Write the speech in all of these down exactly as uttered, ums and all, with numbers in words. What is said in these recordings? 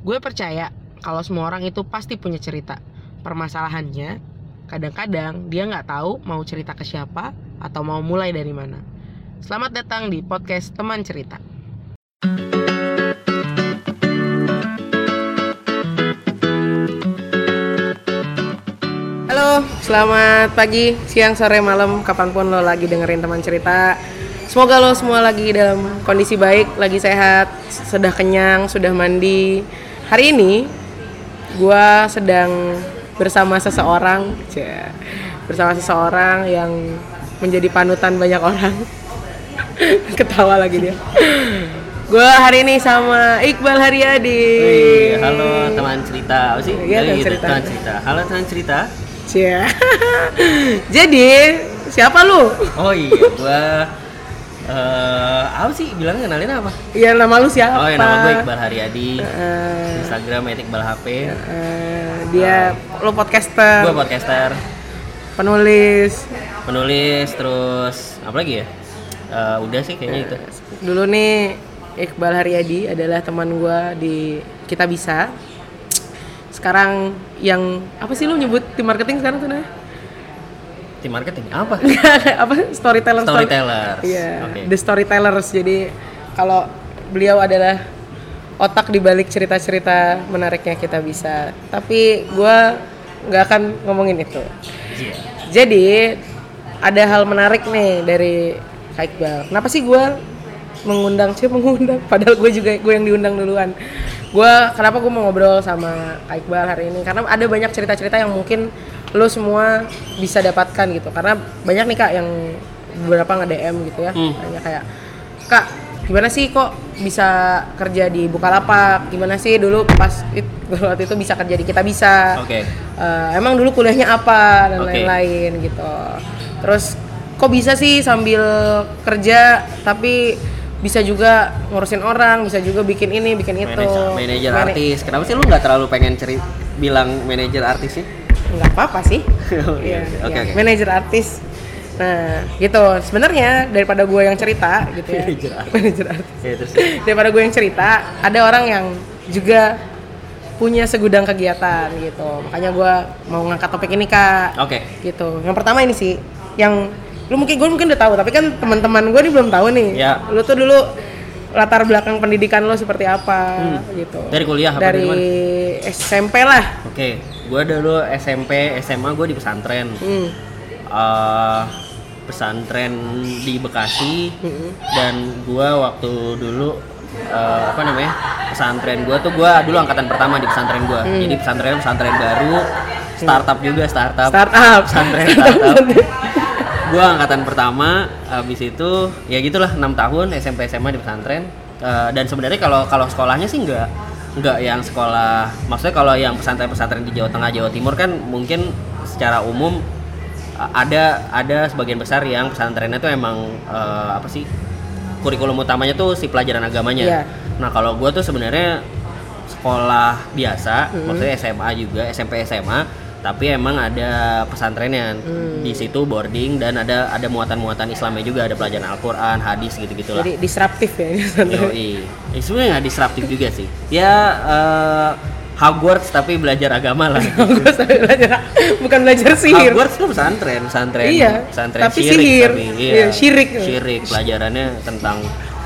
Gue percaya kalau semua orang itu pasti punya cerita. Permasalahannya, kadang-kadang dia nggak tahu mau cerita ke siapa atau mau mulai dari mana. Selamat datang di podcast Teman Cerita. Halo, selamat pagi, siang, sore, malam, kapanpun lo lagi dengerin Teman Cerita. Semoga lo semua lagi dalam kondisi baik, lagi sehat, sudah kenyang, sudah mandi. Hari ini gue sedang bersama seseorang, bersama seseorang yang menjadi panutan banyak orang. Ketawa lagi dia. Gue hari ini sama Iqbal Haryadi. Wih, halo teman cerita, apa sih? Iya, teman gitu, cerita. teman cerita. Halo teman cerita. Cia. Jadi siapa lu? Oh iya, gua uh, apa sih bilangnya, kenalin apa? Iya, nama lu siapa? Oh ya, nama gue Iqbal Haryadi. Uh, Instagram @iqbal h p. uh, dia uh, lu podcaster. Gue podcaster, penulis. penulis, terus apa lagi ya? Uh, udah sih kayaknya itu. Dulu nih Iqbal Haryadi adalah teman gue di Kita Bisa. Sekarang yang apa sih lu nyebut tim marketing sekarang tuh nah? Tim marketing apa? Apa storyteller? Storytellers. Iya, Okay. The Storytellers. Jadi kalau beliau adalah otak di balik cerita-cerita menariknya Kita Bisa. Tapi gue nggak akan ngomongin itu. Yeah. Jadi ada hal menarik nih dari Kak Iqbal. Kenapa sih gue mengundang sih mengundang? Padahal gue juga gue yang diundang duluan. Gue kenapa gue mau ngobrol sama Kak Iqbal hari ini? Karena ada banyak cerita-cerita yang mungkin lo semua bisa dapatkan gitu. Karena banyak nih Kak yang beberapa nge-D M gitu ya. Hmm. Tanya kayak, Kak gimana sih kok bisa kerja di Bukalapak? Gimana sih dulu pas it, waktu itu bisa kerja di Kita Bisa? Oke. Okay. Uh, emang dulu kuliahnya apa dan Okay. lain-lain gitu. Terus kok bisa sih sambil kerja tapi bisa juga ngurusin orang, bisa juga bikin ini, bikin itu. Manajer, manajer Mana- artis. Kenapa sih lu nggak terlalu pengen ceri bilang manajer artis sih? Nggak apa-apa sih. Oh, Iya, iya. Oke, iya. oke. Manajer artis. Nah, gitu. Sebenarnya daripada gue yang cerita gitu ya. Manajer artis. Manajer artis. Ya, terus. Daripada gue yang cerita, ada orang yang juga punya segudang kegiatan gitu. Makanya gue mau ngangkat topik ini Kak. Oke. Gitu. Yang pertama ini sih, yang lu mungkin gue mungkin udah tahu, tapi kan teman-teman gue nih belum tahu nih. Ya. Lu tuh dulu latar belakang pendidikan lo seperti apa Hmm. gitu. Dari kuliah apa dari dari S M P lah. Oke, gue dulu S M P, S M A gue di pesantren. Hmm. Uh, pesantren di Bekasi. Hmm. Dan gue waktu dulu uh, apa namanya pesantren gue tuh gue dulu angkatan pertama di pesantren gue. Hmm. Jadi pesantren pesantren baru, startup juga startup. Startup. Pesantren startup. Gue angkatan pertama, habis itu ya gitulah enam tahun S M P S M A di pesantren. Uh, dan sebenarnya kalau kalau sekolahnya sih nggak nggak yang sekolah, maksudnya kalau yang pesantren-pesantren di Jawa Tengah Jawa Timur kan mungkin secara umum uh, ada ada sebagian besar yang pesantrennya tuh emang uh, apa sih kurikulum utamanya tuh si pelajaran agamanya. Yeah. Nah kalau gue tuh sebenarnya sekolah biasa, Mm-hmm. maksudnya S M A juga, S M P S M A, tapi emang ada pesantrennya. Hmm. Di situ boarding dan ada ada muatan-muatan Islamnya juga, ada pelajaran Al-Qur'an, hadis gitu-gitulah. Jadi disruptif ya ini. Yoi. Eh, sebenarnya nggak disruptif juga sih. Ya uh, Hogwarts tapi belajar agama lah. Gue sampai belajar, bukan belajar sihir. Hogwarts tuh pesantren, pesantren, Iya, pesantren tapi syirik, sihir. tapi iya, Iya, syirik. Syirik pelajarannya tentang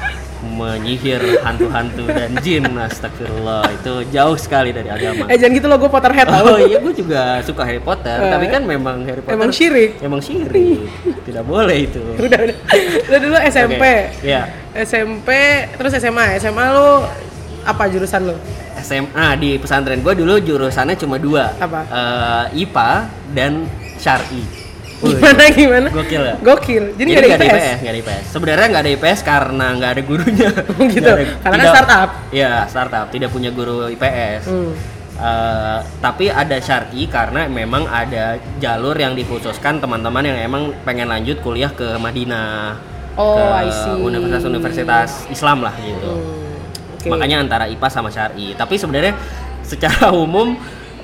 menyihir hantu-hantu dan jin. Astagfirullah, itu jauh sekali dari agama. Eh jangan gitu loh, gue Potterhead tau. Oh iya, gue juga suka Harry Potter, Eh. tapi kan memang Harry Potter Emang syirik. Emang syirik, tidak boleh itu. Udah, udah. Udah dulu S M P. Oke, iya. S M P terus S M A. S M A lu apa jurusan lu? S M A di pesantren gue dulu jurusannya cuma dua. Apa? Eh, I P A dan Syar'i. Gimana gimana? Gokil ya? Gokil. Jadi Jadi nggak ada I P S. nggak ada I P S. Sebenarnya nggak ada I P S karena nggak ada gurunya. Gitu. Nggak ada- Karena kan tidak- startup. Iya, startup, tidak punya guru I P S. Hmm. Eh, tapi ada Syar'i karena memang ada jalur yang dikhususkan teman-teman yang emang pengen lanjut kuliah ke Madinah, Oh, ke I see. universitas-universitas Islam lah gitu. Hmm. Oke. Makanya antara I P A sama Syar'i. Tapi sebenarnya secara umum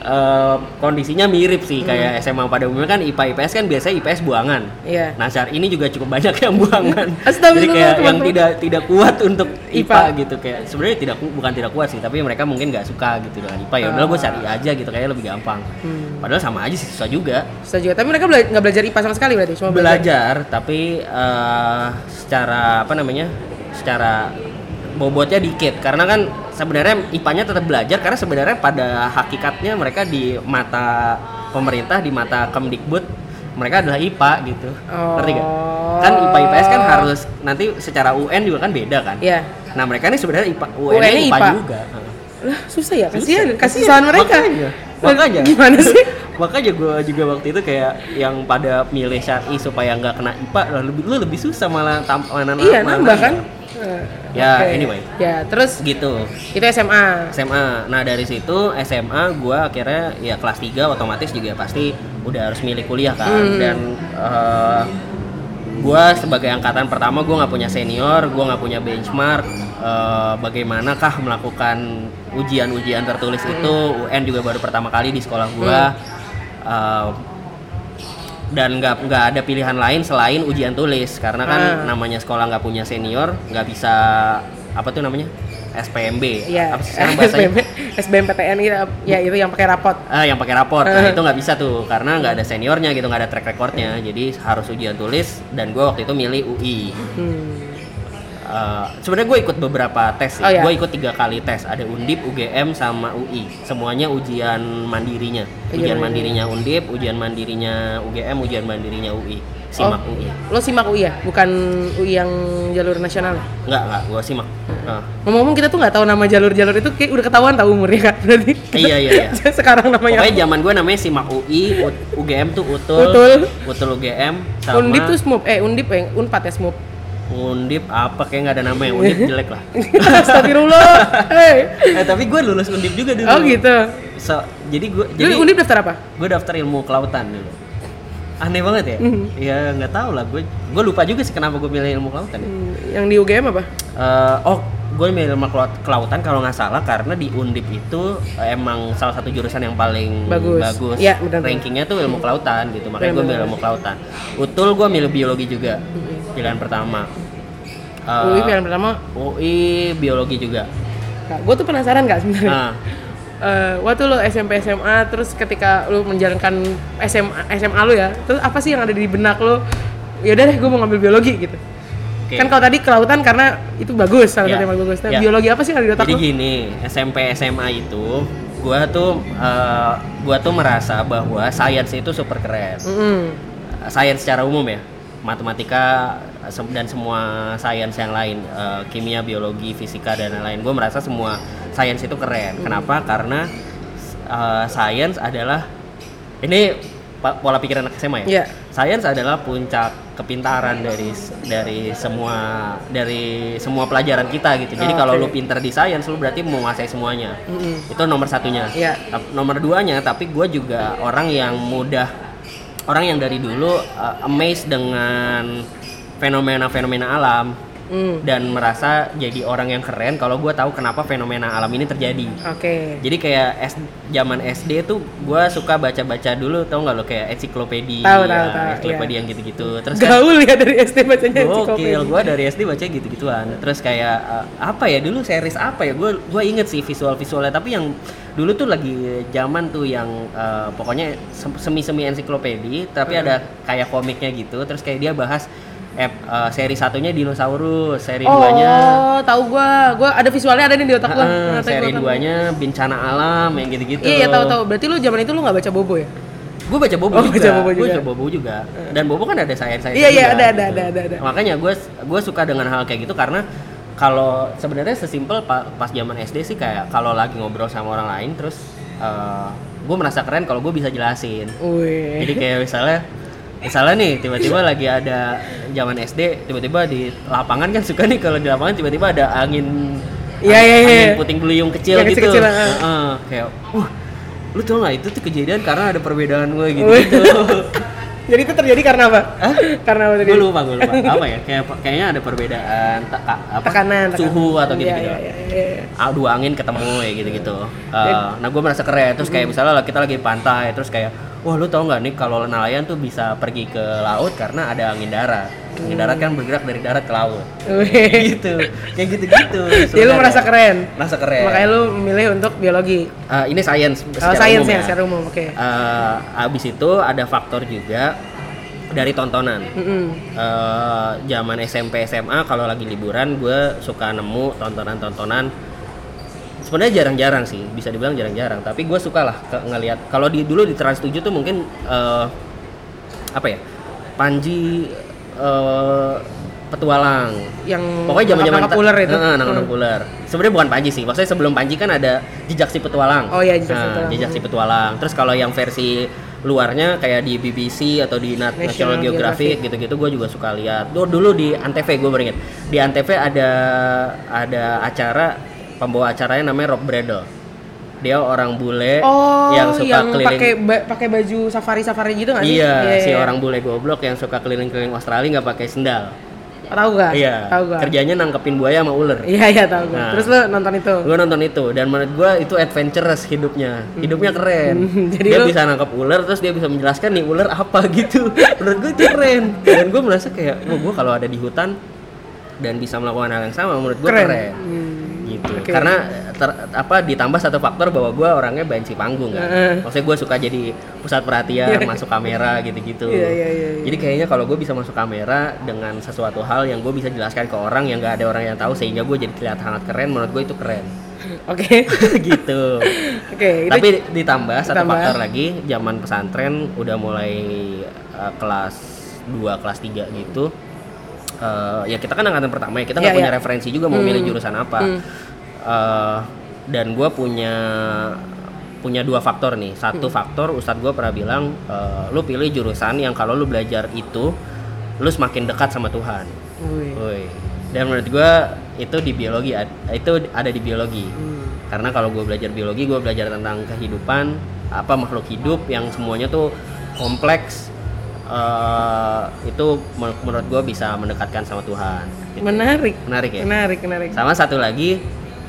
uh, kondisinya mirip sih kayak S M A pada umumnya kan I P A I P S kan biasanya I P S buangan. Iya. Nah, saat ini juga cukup banyak yang buangan. Astagfirullah, Jadi kayak yang teman-teman. tidak tidak kuat untuk I P A, I P A gitu kayak sebenarnya tidak ku- bukan tidak kuat sih, tapi mereka mungkin nggak suka gitu dengan I P A. Ya udah gue cari aja gitu kayaknya lebih gampang. Hmm. Padahal sama aja sih susah juga. Susah juga. Tapi mereka bela- nggak belajar I P A sama sekali berarti, cuma belajar. Belajar tapi uh, secara apa namanya? Secara bobotnya dikit karena kan sebenarnya I P A-nya tetap belajar karena sebenarnya pada hakikatnya mereka di mata pemerintah, di mata Kemdikbud mereka adalah I P A gitu. Oh. Ngerti gak? Kan I P A I P S kan harus nanti secara U N juga kan beda kan? Iya. Nah, mereka ini sebenarnya I P A U N-nya U N-nya I P A I P A juga. Lah susah ya, kasihan, Susah. kasihan mereka. Makanya, makanya. Gimana sih? Makanya gue juga waktu itu kayak yang pada milih syar'i supaya nggak kena I P A, lah lebih lu lebih susah malah tampanan. Iya, nambah kan? Eh, Ya, oke. anyway. Ya, terus Gitu. itu S M A. S M A. Nah, dari situ S M A gue akhirnya ya kelas tiga otomatis juga pasti udah harus milih kuliah kan. Hmm. Dan uh, gue sebagai angkatan pertama gue nggak punya senior, gue nggak punya benchmark. Uh, bagaimanakah melakukan ujian-ujian tertulis Hmm. itu? U N juga baru pertama kali di sekolah gue. Uh, dan nggak nggak ada pilihan lain selain ujian tulis karena kan Ah. namanya sekolah nggak punya senior, nggak bisa apa tuh namanya S P M B. Iya. Apa sih sekarang S B bahasanya? M S B M P T N gitu. Ya itu yang pakai rapot. Ah, yang pakai raport. Nah, Uh. itu nggak bisa tuh karena nggak ada seniornya gitu, nggak ada track recordnya. Jadi harus ujian tulis dan gue waktu itu milih U I. Hmm. Uh, sebenarnya gue ikut beberapa tes sih. Oh, iya? Gue ikut tiga kali tes. Ada Undip, U G M, sama U I. Semuanya ujian mandirinya. Ujian Ujian mandiri. mandirinya Undip, ujian mandirinya U G M, ujian mandirinya U I. Simak Oh, U I. Lo simak U I ya? Bukan U I yang jalur nasional ya? Enggak, enggak. Gue simak. Nah. Ngomong-ngomong kita tuh nggak tahu nama jalur-jalur itu kayak udah ketahuan tahu umurnya kan berarti. Iya, iya, iya. Sekarang namanya Pokoknya zaman gue namanya Simak U I, U- UGM tuh Utul, Utul. Utul U G M, sama Undip tuh Smup. Eh Undip eh Unpad ya Smup. Undip apa kayak nggak ada namanya, Undip jelek lah. Astagfirullah. Hey. eh tapi gue lulus Undip juga dulu. Oh gitu. So, jadi gue Jadi jadi Undip daftar apa? gue daftar ilmu kelautan dulu. Aneh banget ya? Mhm. Ya nggak tahu lah, gue gue lupa juga sih kenapa gue milih ilmu kelautan. Ya. Hmm, Yang di U G M apa? Eh, oh, gue milih ilmu kelaut- kelautan kalau nggak salah karena di Undip itu eh, emang salah satu jurusan yang paling Bagus. Iya, benar. Rankingnya tuh ilmu kelautan gitu, makanya gue Benar, milih benar. ilmu kelautan. Utul gue milih biologi juga, pilihan pertama. Eh, U I pilihan pertama. U I biologi juga. Gue tuh penasaran nggak sebenarnya? Nah, Eh, waktu lo S M P S M A terus ketika lo menjalankan S M A S M A lo ya, terus apa sih yang ada di benak lo? Ya udah deh, gue mau ngambil biologi gitu. oke. Kan kalau tadi kelautan karena itu bagus, salah Ya, satu yang paling bagus. Nah, ya. biologi apa sih yang ada di otak Jadi lo? gini, S M P S M A itu gua tuh eh, gua tuh merasa bahwa sains itu super keren. Mm-mm. Sains secara umum ya, matematika sem- dan semua sains yang lain, eh, kimia, biologi, fisika dan lain-lain. Gue merasa semua sains itu keren. Kenapa? Karena eh, sains adalah ini pa- pola pikir anak S M A ya. Iya. Sains adalah puncak kepintaran dari dari semua dari semua pelajaran kita gitu. Jadi Oh, kalau oke. lu pinter di sains, lu berarti menguasai semuanya. Mm-mm. Itu nomor satunya. Iya. Tap- Nomor duanya, tapi gue juga orang yang mudah, orang yang dari dulu uh, amazed dengan fenomena-fenomena alam. Mm. Dan merasa jadi orang yang keren kalau gue tahu kenapa fenomena alam ini terjadi. Oke. Jadi kayak S, zaman S D tuh gue suka baca-baca dulu, tau nggak lo kayak ensiklopedia, Tahu, tahu, tahu, ensiklopedia iya. yang gitu-gitu. Terus kan, Gaul ya dari S D bacanya gokil, ensiklopedia. gue dari S D baca gitu-gituan. Terus kayak uh, apa ya dulu series apa ya? Gue gue inget sih visual-visualnya. Tapi yang dulu tuh lagi zaman tuh yang uh, pokoknya sem- semi-semi ensiklopedia, tapi Hmm. ada kayak komiknya gitu. Terus kayak dia bahas eh, uh, seri satunya dinosaurus, seri Oh, duanya tahu gua. Gua ada visualnya ada nih di otak gua. uh, Nah, tapi seri gua tahu. duanya bencana alam yang gitu-gitu. Iya, iya tahu tahu. Berarti lu zaman itu lu nggak baca Bobo ya? Gue baca Bobo Oh, juga. baca Bobo Gue juga. baca Bobo juga. Dan Bobo kan ada sains-sains Iya, iya, juga, ada, ada, gitu. ada, ada, ada. Makanya gue gue suka dengan hal kayak gitu karena kalau sebenarnya sesimpel pa- pas zaman S D sih kayak kalau lagi ngobrol sama orang lain terus gue merasa keren kalau gue bisa jelasin. Wih. Jadi kayak misalnya misalnya nih tiba-tiba lagi ada zaman S D tiba-tiba di lapangan kan suka nih kalau di lapangan tiba-tiba ada angin Iya, iya, iya. angin puting beliung kecil Yang gitu. kecil-kecilan, ah. Heeh, kayak wah lu tau nggak itu tuh kejadian karena ada perbedaan gue gitu, Wih. gitu. Jadi itu terjadi karena apa? Hah? Karena apa tadi? Gue lupa, gue lupa. Apa ya? Kayak kayaknya ada perbedaan teka, apa? Tekanan, suhu tekanan. atau gitu-gitu. Iya, iya, iya, iya. Ah, dua angin ketemu ya gitu-gitu. Uh, nah gue merasa keren. Terus kayak misalnya kita lagi di pantai, terus kayak, wah lu tau nggak nih kalau nelayan tuh bisa pergi ke laut karena ada angin darat. Angin darat kan bergerak dari darat ke laut. Gitu, kayak gitu-gitu. Jadi lu merasa keren. Merasa keren. Makanya lu memilih untuk biologi. Uh, ini sains. Oh, sains ya, secara umum, oke. Okay. Uh, abis itu ada faktor juga dari tontonan. Mm-hmm. Uh, zaman S M P S M A kalau lagi liburan gue suka nemu tontonan-tontonan. Sebenarnya jarang-jarang sih, bisa dibilang jarang-jarang. Tapi gue suka lah ke, ngelihat. Kalau di dulu di Trans tujuh tuh mungkin uh, apa ya? Panji uh, petualang. Yang pokoknya zaman-zaman nangkap ular itu. Heeh, nangkap hmm. ular. Sebenarnya bukan Panji sih. Maksudnya sebelum Panji kan ada Jejak si Petualang. Oh iya, Jejak si Petualang. Nah, Jejak si Petualang. Terus kalau yang versi luarnya kayak di B B C atau di National, National Geographic gitu-gitu gue juga suka lihat. Dulu dulu di Antv gue beringat. Di Antv ada ada acara, pembawa acaranya namanya Rob Bradle. Dia orang bule oh, yang suka yang keliling pakai ba- pakai baju safari-safari gitu nggak sih? Iya, yeah, si yeah. orang bule goblok yang suka keliling-keliling Australia nggak pakai sendal. Tahu gak? Iya. Tahu gak? Kerjanya nangkepin buaya sama ular. Iya iya tahu. Nah, terus lo nonton itu? Gue nonton itu dan menurut gue itu adventurous hidupnya. Hidupnya keren. Jadi dia lo... bisa nangkep ular terus dia bisa menjelaskan nih ular apa gitu. Menurut gue itu keren. Dan gue merasa kayak, oh, gue kalau ada di hutan dan bisa melakukan hal yang sama menurut gue keren. keren. Hmm. Gitu. Okay. Karena ter, apa ditambah satu faktor bahwa gue orangnya banci panggung kan. Uh. Maksudnya gue suka jadi pusat perhatian, masuk kamera gitu-gitu. Yeah, yeah, yeah, yeah. Jadi kayaknya kalau gue bisa masuk kamera dengan sesuatu hal yang gue bisa jelaskan ke orang yang nggak ada orang yang tahu sehingga gue jadi kelihatan sangat keren, menurut gue itu keren. Oke. Okay. Gitu. Oke. Okay, Tapi ditambah satu ditambah. faktor lagi, zaman pesantren udah mulai uh, kelas dua, kelas tiga gitu. Uh, ya kita kan angkatan pertama ya, kita nggak yeah, punya yeah. referensi juga mau hmm. milih jurusan apa. Hmm. Uh, dan gue punya punya dua faktor nih. Satu hmm. faktor Ustadz gue pernah bilang, uh, lu pilih jurusan yang kalau lu belajar itu, lu semakin dekat sama Tuhan. Wih. Dan menurut gue itu di biologi, itu ada di biologi. Hmm. Karena kalau gue belajar biologi, gue belajar tentang kehidupan, apa makhluk hidup yang semuanya tuh kompleks. Uh, itu menurut gue bisa mendekatkan sama Tuhan. Gitu. Menarik. Menarik ya. Menarik, menarik. Sama satu lagi,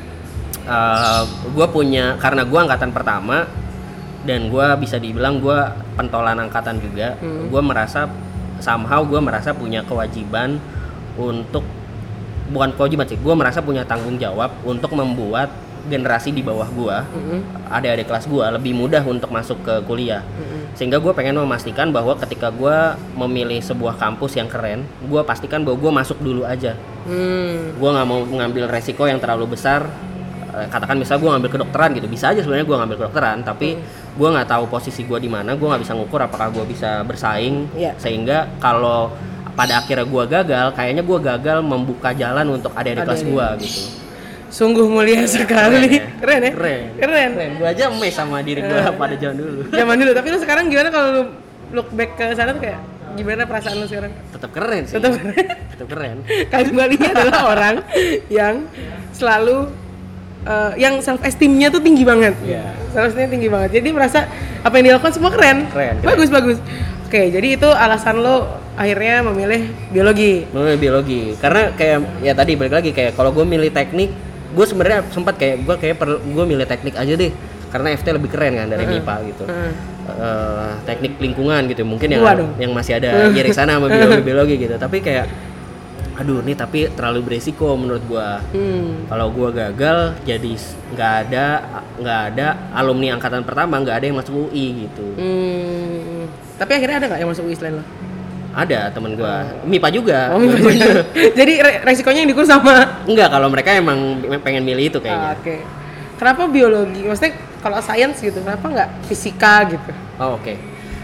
uh, gue punya karena gue angkatan pertama dan gue bisa dibilang gue pentolan angkatan juga. Hmm. Gue merasa somehow gue merasa punya kewajiban untuk bukan kewajiban sih. Gue merasa punya tanggung jawab untuk membuat generasi di bawah gue, mm-hmm. adik-adik kelas gue lebih mudah untuk masuk ke kuliah. Mm-hmm. Sehingga gue pengen memastikan bahwa ketika gue memilih sebuah kampus yang keren, gue pastikan bahwa gue masuk dulu aja. Mm. Gue nggak mau mengambil resiko yang terlalu besar. Katakan misalnya gue ngambil kedokteran gitu, bisa aja sebenarnya gue ngambil kedokteran, tapi mm. gue nggak tahu posisi gue di mana, gue nggak bisa ngukur apakah gue bisa bersaing. Yeah. Sehingga kalau pada akhirnya gue gagal, kayaknya gue gagal membuka jalan untuk adik-adik kelas gue gitu. Sungguh mulia sekali. Keren ya? Keren ya? Keren. Keren. Keren. Gue aja amazed sama diri gue uh, pada zaman dulu. Zaman dulu, tapi lu sekarang gimana kalau lu look back ke sana tuh kayak gimana perasaan lu sekarang? Tetap keren sih. Tetap keren. Tetap keren. Kalian Balinya adalah orang yang selalu uh, yang self esteemnya tuh tinggi banget. Iya. Yeah. Self esteemnya tinggi banget. Jadi merasa apa yang dilakukan semua keren. Keren. keren. Bagus bagus. Oke, jadi itu alasan lo akhirnya memilih biologi. Memilih biologi. Karena kayak ya tadi balik lagi kayak kalau gue milih teknik, gue sebenarnya sempat kayak gue kayak perlu gue milih teknik aja deh karena F T lebih keren kan dari uh-huh. M I P A gitu. Uh-huh. Uh, teknik lingkungan gitu mungkin yang Waduh. yang masih ada irik sana sama biologi biologi gitu. Tapi kayak aduh nih tapi terlalu beresiko menurut gue. Hmm. Kalau gue gagal jadi nggak ada nggak ada alumni angkatan pertama nggak ada yang masuk U I gitu. Hmm. Tapi akhirnya ada nggak yang masuk U I selain lo? Ada temen gue, M I P A juga. Oh, M I P A juga. Jadi re- resikonya yang dikur sama? Enggak, kalau mereka emang pengen milih itu kayaknya. Ah, Oke. Okay. Kenapa biologi? Maksudnya kalau sains gitu, kenapa nggak fisika gitu? Oh, oke. Okay.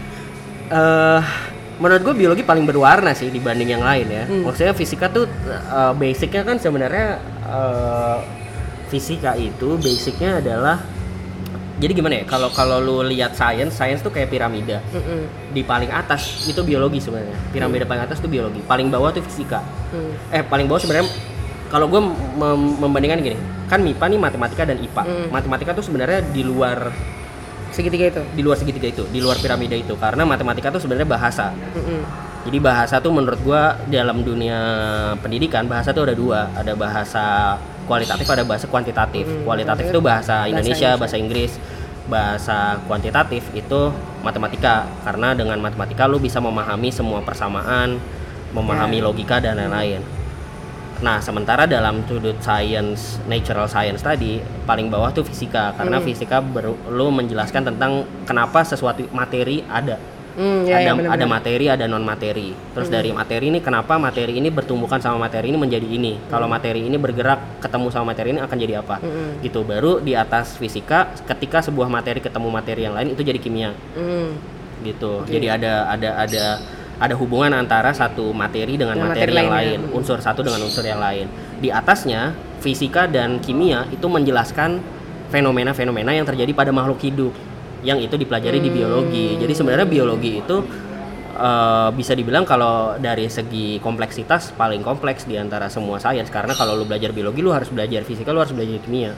Uh, menurut gue biologi paling berwarna sih dibanding yang lain ya. Hmm. Maksudnya fisika tuh uh, basicnya kan sebenarnya uh, fisika itu basicnya adalah jadi gimana ya, kalau kalau lu lihat sains, sains tuh kayak piramida. Mm-hmm. Di paling atas itu biologi sebenarnya. Piramida mm. paling atas tuh biologi, paling bawah tuh fisika. Mm. Eh paling bawah sebenarnya kalau gue mem- membandingkan gini, kan M I P A nih matematika dan I P A. Mm. Matematika tuh sebenarnya di luar segitiga itu. Di luar segitiga itu, di luar piramida itu. Karena matematika tuh sebenarnya bahasa. Mm-mm. Jadi bahasa tuh menurut gua dalam dunia pendidikan bahasa tuh ada dua, ada bahasa kualitatif, ada bahasa kuantitatif. Hmm, kualitatif itu bahasa Indonesia, bahasa Inggris. Bahasa kuantitatif itu matematika, karena dengan matematika lu bisa memahami semua persamaan, memahami yeah. logika dan lain-lain. Nah, sementara dalam sudut science, natural science tadi paling bawah tuh fisika, karena hmm. fisika ber, lu menjelaskan tentang kenapa sesuatu materi ada. Hmm, ya, ada ya, bener-bener. Ada materi, ada non materi. Terus hmm. dari materi ini kenapa materi ini bertumbukan sama materi ini menjadi ini. Hmm. Kalau materi ini bergerak ketemu sama materi ini akan jadi apa? Hmm. Gitu. Baru di atas fisika ketika sebuah materi ketemu materi yang lain itu jadi kimia. Hmm. Gitu. Okay. Jadi ada ada ada ada hubungan antara satu materi dengan, dengan materi, materi yang lain, lain. Unsur satu dengan unsur yang lain. Di atasnya fisika dan kimia itu menjelaskan fenomena-fenomena yang terjadi pada makhluk hidup, yang itu dipelajari hmm. di biologi. Jadi sebenarnya biologi itu uh, bisa dibilang kalau dari segi kompleksitas paling kompleks di antara semua sains, karena kalau lu belajar biologi lu harus belajar fisika, lu harus belajar kimia.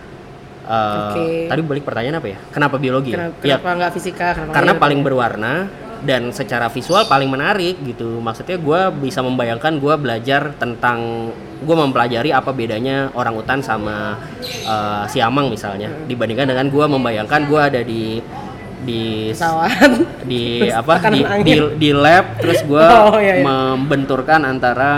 Uh, okay. Tadi balik pertanyaan apa ya? Kenapa biologi? Kenapa, ya, kenapa nggak fisika? Kenapa karena paling berwarna dan secara visual paling menarik gitu. Maksudnya gue bisa membayangkan gue belajar tentang, gue mempelajari apa bedanya orang utan sama uh, siamang misalnya, hmm. dibandingkan dengan gue membayangkan gue ada di di pesawat, di apa di, di di lab, terus gue oh, iya, iya. membenturkan antara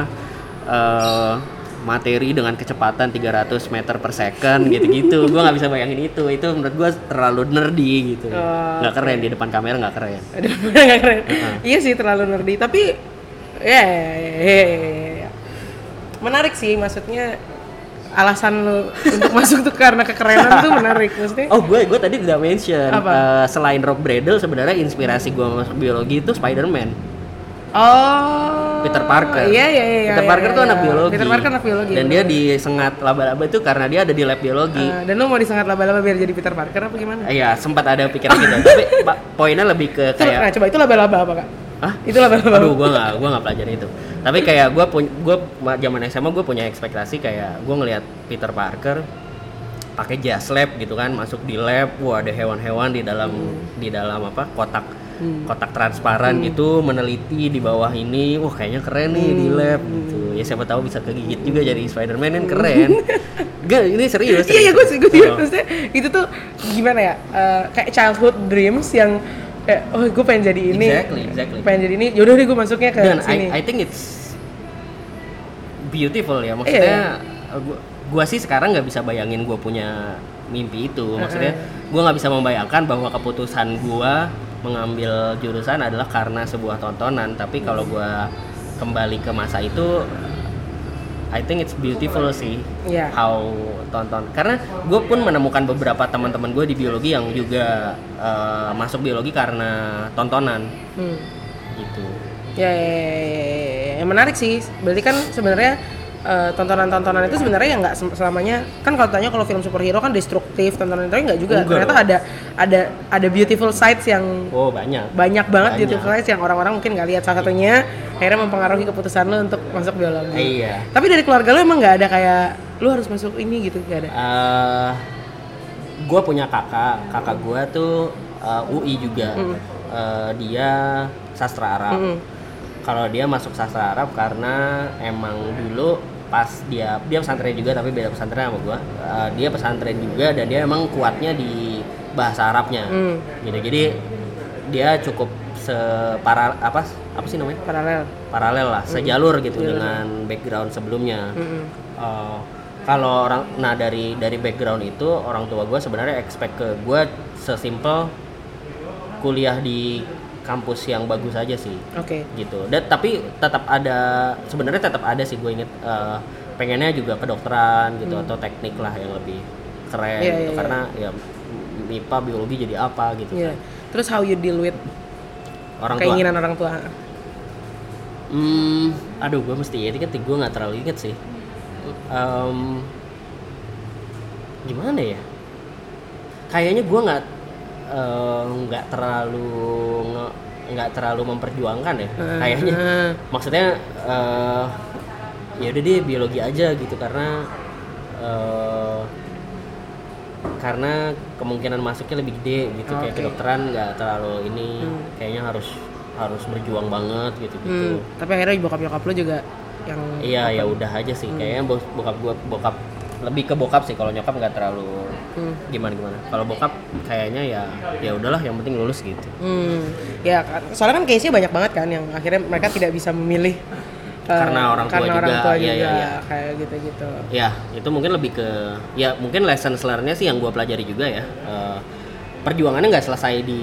uh, materi dengan kecepatan tiga ratus meter per second gitu-gitu. Gue nggak bisa bayangin itu. Itu menurut gue terlalu nerdy gitu. Oh, nggak keren, di depan kamera nggak keren. Nggak keren. Uh-huh. Iya sih, terlalu nerdy. Tapi ya, ya, ya menarik sih, maksudnya alasan lu untuk masuk tuh karena kekerenan tuh menarik maksudnya. Oh, gue gue tadi udah mention uh, selain Rob Bradle sebenarnya inspirasi gue masuk biologi itu Spider-Man. Oh, Peter Parker. Iya iya iya. Peter Parker iya, tuh iya. anak biologi. Peter Parker anak biologi. Dan dia disengat laba-laba itu karena dia ada di lab biologi. Uh, dan lu mau disengat laba-laba biar jadi Peter Parker apa gimana? Iya, sempat ada pikiran gitu. Tapi pa- poinnya lebih ke kayak. Nah, coba itu laba-laba apa, Kak? Hah? Itu laba-laba. Aduh, gua enggak gua enggak pelajari itu. Tapi kayak gua punya gua zaman S M A gua punya ekspektasi kayak gua ngelihat Peter Parker pakai jas lab gitu kan, masuk di lab, wah ada hewan-hewan di dalam hmm. di dalam apa? kotak Hmm. kotak transparan hmm. gitu, meneliti di bawah ini, wah kayaknya keren nih hmm. di lab gitu. Ya siapa tahu bisa kegigit juga jadi Spider-Man kan keren. Gak, ini serius. Iya, iya gue sih, gue juga maksudnya itu tuh gimana ya? Uh, kayak childhood dreams yang kayak oh gue pengen jadi ini. Exactly, exactly. Pengen jadi ini. Yaudah deh gue masuknya ke Dan sini. I, I think it's beautiful ya. Maksudnya uh, gua, gua sih sekarang nggak bisa bayangin gue punya mimpi itu. Maksudnya uh-huh. gue nggak bisa membayangkan bahwa keputusan gue mengambil jurusan adalah karena sebuah tontonan, tapi kalau gue kembali ke masa itu, I think it's beautiful sih, yeah. how tonton. Karena gue pun menemukan beberapa teman-teman gue di biologi yang juga uh, masuk biologi karena tontonan, hmm. gitu. Ya, ya, ya, ya, ya, menarik sih. Berarti kan sebenarnya Uh, tontonan-tontonan itu sebenarnya yang nggak selamanya kan, kalau tanya kalau film superhero kan destruktif, tontonan itu nggak juga. Enggak. Ternyata ada ada ada beautiful sides yang oh banyak banyak banget banyak. Beautiful sides yang orang-orang mungkin nggak lihat. Salah satunya akhirnya mempengaruhi keputusan lo untuk masuk biologi. Iya. Tapi dari keluarga lo emang nggak ada kayak lo harus masuk ini gitu, nggak ada? Uh, gue punya kakak, kakak gue tuh uh, U I juga. Mm. Uh, dia sastra Arab. Mm. Kalau dia masuk sastra Arab karena emang dulu pas dia dia pesantren juga tapi beda pesantren sama gua. Uh, dia pesantren juga dan dia emang kuatnya di bahasa Arabnya. Hmm. Gitu. Jadi dia cukup separa apa apa sih namanya? Paralel. Paralel lah, sejalur hmm. gitu Jalur. Dengan background sebelumnya. Hmm. Uh, kalau orang nah dari dari background itu orang tua gua sebenarnya expect ke gua sesimpel kuliah di kampus yang bagus aja sih, oke, okay. gitu. Dan tapi tetap ada, sebenarnya tetap ada sih gue inget uh, pengennya juga kedokteran gitu hmm. atau teknik lah yang lebih keren, yeah, gitu. Yeah, karena yeah. ya M I P A biologi jadi apa gitu. Yeah. Kan. Terus how you deal with orang keinginan tua? orang tua? Hmm, aduh gue mesti inget, gue nggak terlalu inget sih. Um, gimana ya? Kayaknya gue nggak nggak uh, terlalu nggak terlalu memperjuangkan ya uh, kayaknya uh. maksudnya uh, ya udah deh biologi aja gitu karena uh, karena kemungkinan masuknya lebih gede gitu. Oh, kayak okay. kedokteran nggak terlalu ini, hmm. kayaknya harus harus berjuang banget gitu gitu. Hmm. Tapi akhirnya bokap nyokap lo juga yang iya ya udah aja sih, hmm. kayaknya bokap gua bokap lebih ke bokap sih, kalau nyokap nggak terlalu hmm. gimana gimana. Kalau bokap kayaknya ya ya udahlah yang penting lulus gitu. Hmm. Ya soalnya kan case-nya banyak banget kan yang akhirnya mereka tidak bisa memilih karena orang tua karena juga, orang tua ya, juga ya, ya. kayak gitu-gitu. Ya itu mungkin lebih ke ya mungkin lesson learn-nya sih yang gue pelajari juga ya. Uh, perjuangannya nggak selesai di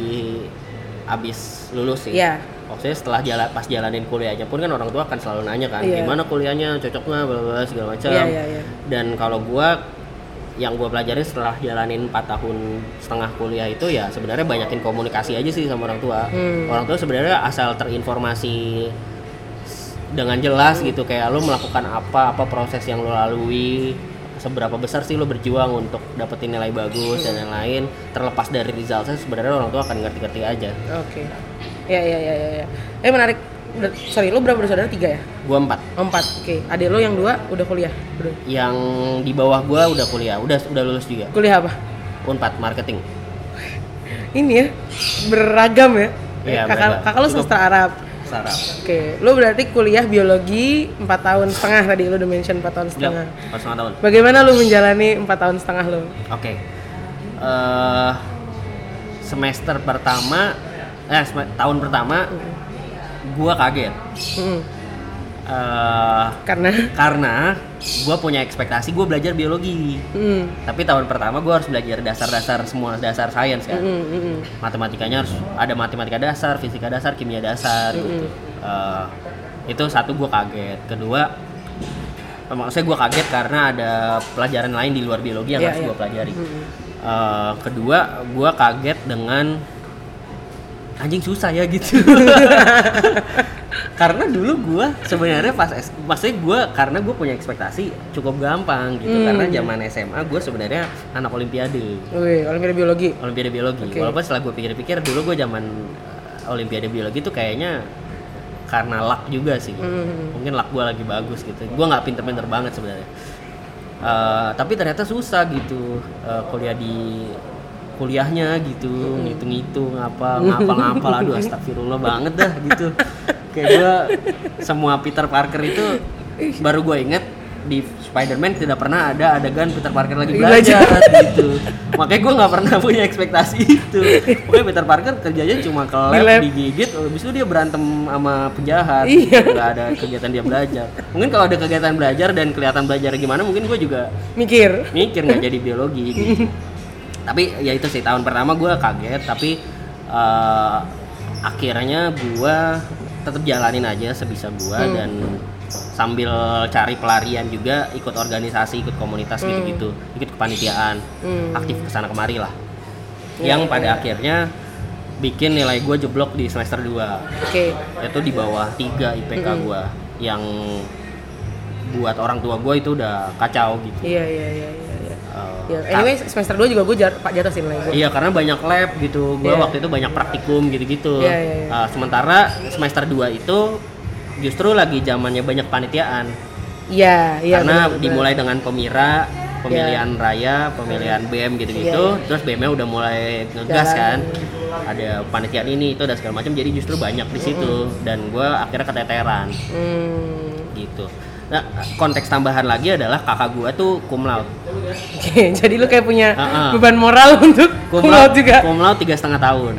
abis lulus sih. Iya. Maksudnya setelah jalan pas jalanin kuliahnya pun kan orang tua akan selalu nanya kan, yeah. gimana kuliahnya, cocok nggak, bla bla segala macam. Yeah, yeah, yeah. Dan kalau gue yang gue pelajarin setelah jalanin empat tahun setengah kuliah itu ya sebenarnya banyakin komunikasi aja sih sama orang tua. Hmm. Orang tua sebenarnya asal terinformasi dengan jelas hmm. gitu, kayak lo melakukan apa, apa proses yang lo lalui, seberapa besar sih lo berjuang untuk dapetin nilai bagus hmm. dan yang lain. Terlepas dari resultnya sebenarnya orang tua akan ngerti-ngerti aja. Oke. Okay. Ya ya ya ya. ya. Eh menarik. Sorry, lo berapa bersaudara? Tiga ya? Gua empat. Oh, empat. Oke. Okay. Adik lo yang dua udah kuliah? Udah. Yang di bawah gua udah kuliah, udah udah lulus juga. Kuliah apa? Unpad marketing. Ini ya beragam ya. Iya, kakak kakak lo sastra Arab. Sastra Arab. Oke. Okay. Lo berarti kuliah biologi empat tahun setengah tadi lo udah mention empat tahun setengah. Ya, empat setengah tahun. Bagaimana lo menjalani empat tahun setengah lo? Oke. Okay. Uh, semester pertama eh sem- tahun pertama mm. gua kaget. Mm. Uh, karena karena gue punya ekspektasi gue belajar biologi, mm. tapi tahun pertama gue harus belajar dasar-dasar semua dasar sains kan, mm, mm, mm. matematikanya harus ada matematika dasar, fisika dasar, kimia dasar, mm, gitu. Uh, itu satu gue kaget. Kedua, maksudnya gue kaget karena ada pelajaran lain di luar biologi yang yeah, harus yeah. gue pelajari. Mm. Uh, kedua, gue kaget dengan anjing susah ya gitu. Karena dulu gue sebenarnya pas maksudnya gue karena gue punya ekspektasi cukup gampang gitu, hmm. karena zaman S M A gue sebenarnya anak olimpiade. Wih, olimpiade biologi. Olimpiade biologi. Okay. Walaupun setelah gue pikir-pikir dulu gue zaman olimpiade biologi tuh kayaknya karena luck juga sih. Hmm. Mungkin luck gue lagi bagus gitu. Gue nggak pinter-pinter banget sebenarnya. Uh, tapi ternyata susah gitu uh, kuliah di kuliahnya gitu, hmm. ngitung-ngitung apa ngapal-ngapal, aduh astagfirullah banget dah gitu. Kayak gue semua Peter Parker itu baru gue inget di Spider-Man tidak pernah ada adegan Peter Parker lagi belajar gitu. Makanya gue nggak pernah punya ekspektasi itu. Pokoknya Peter Parker kerjanya cuma ke lab, lab. digigit, habis itu dia berantem sama penjahat. Iya. Gak ada kegiatan dia belajar. Mungkin kalau ada kegiatan belajar dan kelihatan belajar gimana, mungkin gue juga mikir, mikir nggak jadi biologi. Gitu. Tapi ya itu sih tahun pertama gue kaget, tapi uh, akhirnya gue tetap jalanin aja sebisa gue hmm. dan sambil cari pelarian juga, ikut organisasi, ikut komunitas hmm. gitu-gitu, ikut kepanitiaan, hmm. aktif kesana kemari lah. Yeah, yang pada yeah. akhirnya bikin nilai gue jeblok di semester dua. Oke. Okay. Itu di bawah tiga I P K hmm. gue, yang buat orang tua gue itu udah kacau gitu. Iya iya iya. Uh, ya, anyway semester dua juga gue jar- jatuh sih nilai gue. Iya karena banyak lab gitu, gue yeah. waktu itu banyak praktikum gitu-gitu. Yeah, yeah, yeah. Uh, sementara semester dua itu justru lagi zamannya banyak panitiaan. Iya, yeah, yeah, karena bener, dimulai bener. dengan pemira, pemilihan yeah. raya, pemilihan B M gitu-gitu, yeah, yeah. terus B M-nya udah mulai ngegas Jalan. Kan. Ada panitiaan ini itu dan segala macam, jadi justru banyak di situ mm-hmm. dan gue akhirnya keteteran. Mm. Gitu. Nah, konteks tambahan lagi adalah kakak gua tuh cum laude. Oke, jadi lu kayak punya uh-uh. beban moral untuk cum laude juga. Cum laude tiga setengah tahun.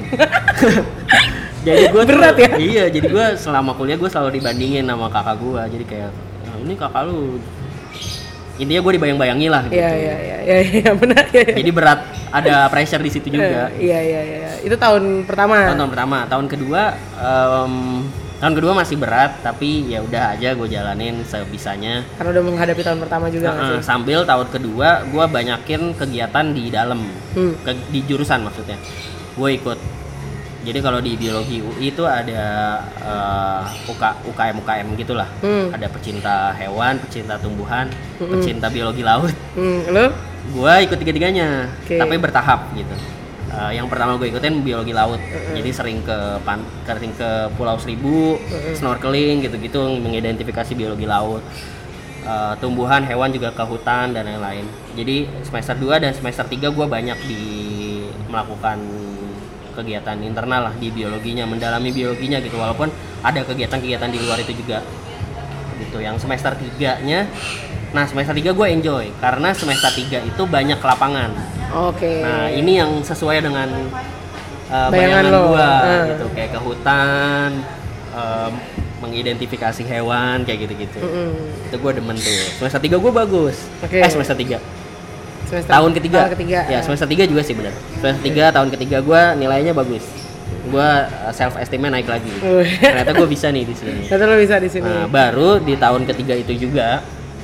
Jadi gua berat tuh, ya? Iya, jadi gua selama kuliah gua selalu dibandingin sama kakak gua. Jadi kayak, nah, ini kakak lu. Intinya gua dibayang-bayangi lah gitu. Iya, iya, iya, iya, ya, benar. Ya, ya. Jadi berat, ada pressure di situ juga. Iya, iya, iya. Itu tahun pertama. Tahun, tahun pertama, tahun kedua. Um, Tahun kedua masih berat, tapi ya udah aja gue jalanin sebisanya. Karena udah menghadapi tahun pertama juga. Uh, sambil tahun kedua gue banyakin kegiatan di dalam, hmm. ke, di jurusan maksudnya. Gue ikut. Jadi kalau di biologi U I itu ada uh, U K M U K M gitulah. Hmm. Ada pecinta hewan, pecinta tumbuhan, hmm. pecinta biologi laut. Hmm. Lo? Gue ikut tiga-tiganya, okay. tapi bertahap gitu. Uh, yang pertama gue ikutin biologi laut, uh-uh. jadi sering ke pan, sering ke Pulau Seribu, uh-uh. snorkeling gitu-gitu, mengidentifikasi biologi laut. uh, tumbuhan, hewan juga ke hutan dan lain-lain. Jadi semester dua dan semester tiga gue banyak di melakukan kegiatan internal lah di biologinya, mendalami biologinya gitu, walaupun ada kegiatan-kegiatan di luar itu juga gitu. Yang semester tiganya, nah semester tiga gue enjoy karena semester tiga itu banyak lapangan. Oke. Okay. Nah ini yang sesuai dengan uh, bayangan, bayangan gue uh. gitu, kayak ke hutan, um, mengidentifikasi hewan kayak gitu-gitu. Mm-hmm. Itu gue demen tuh. Semester tiga gue bagus. Okay. Eh semester tiga. Semester tahun ketiga. Tahun ketiga. Ya, semester tiga juga sih benar. Semester tiga tahun ketiga gue nilainya bagus. Gue self esteemnya naik lagi. Ternyata gue bisa nih di sini. Ternyata lo bisa di sini. Nah, baru di tahun ketiga itu juga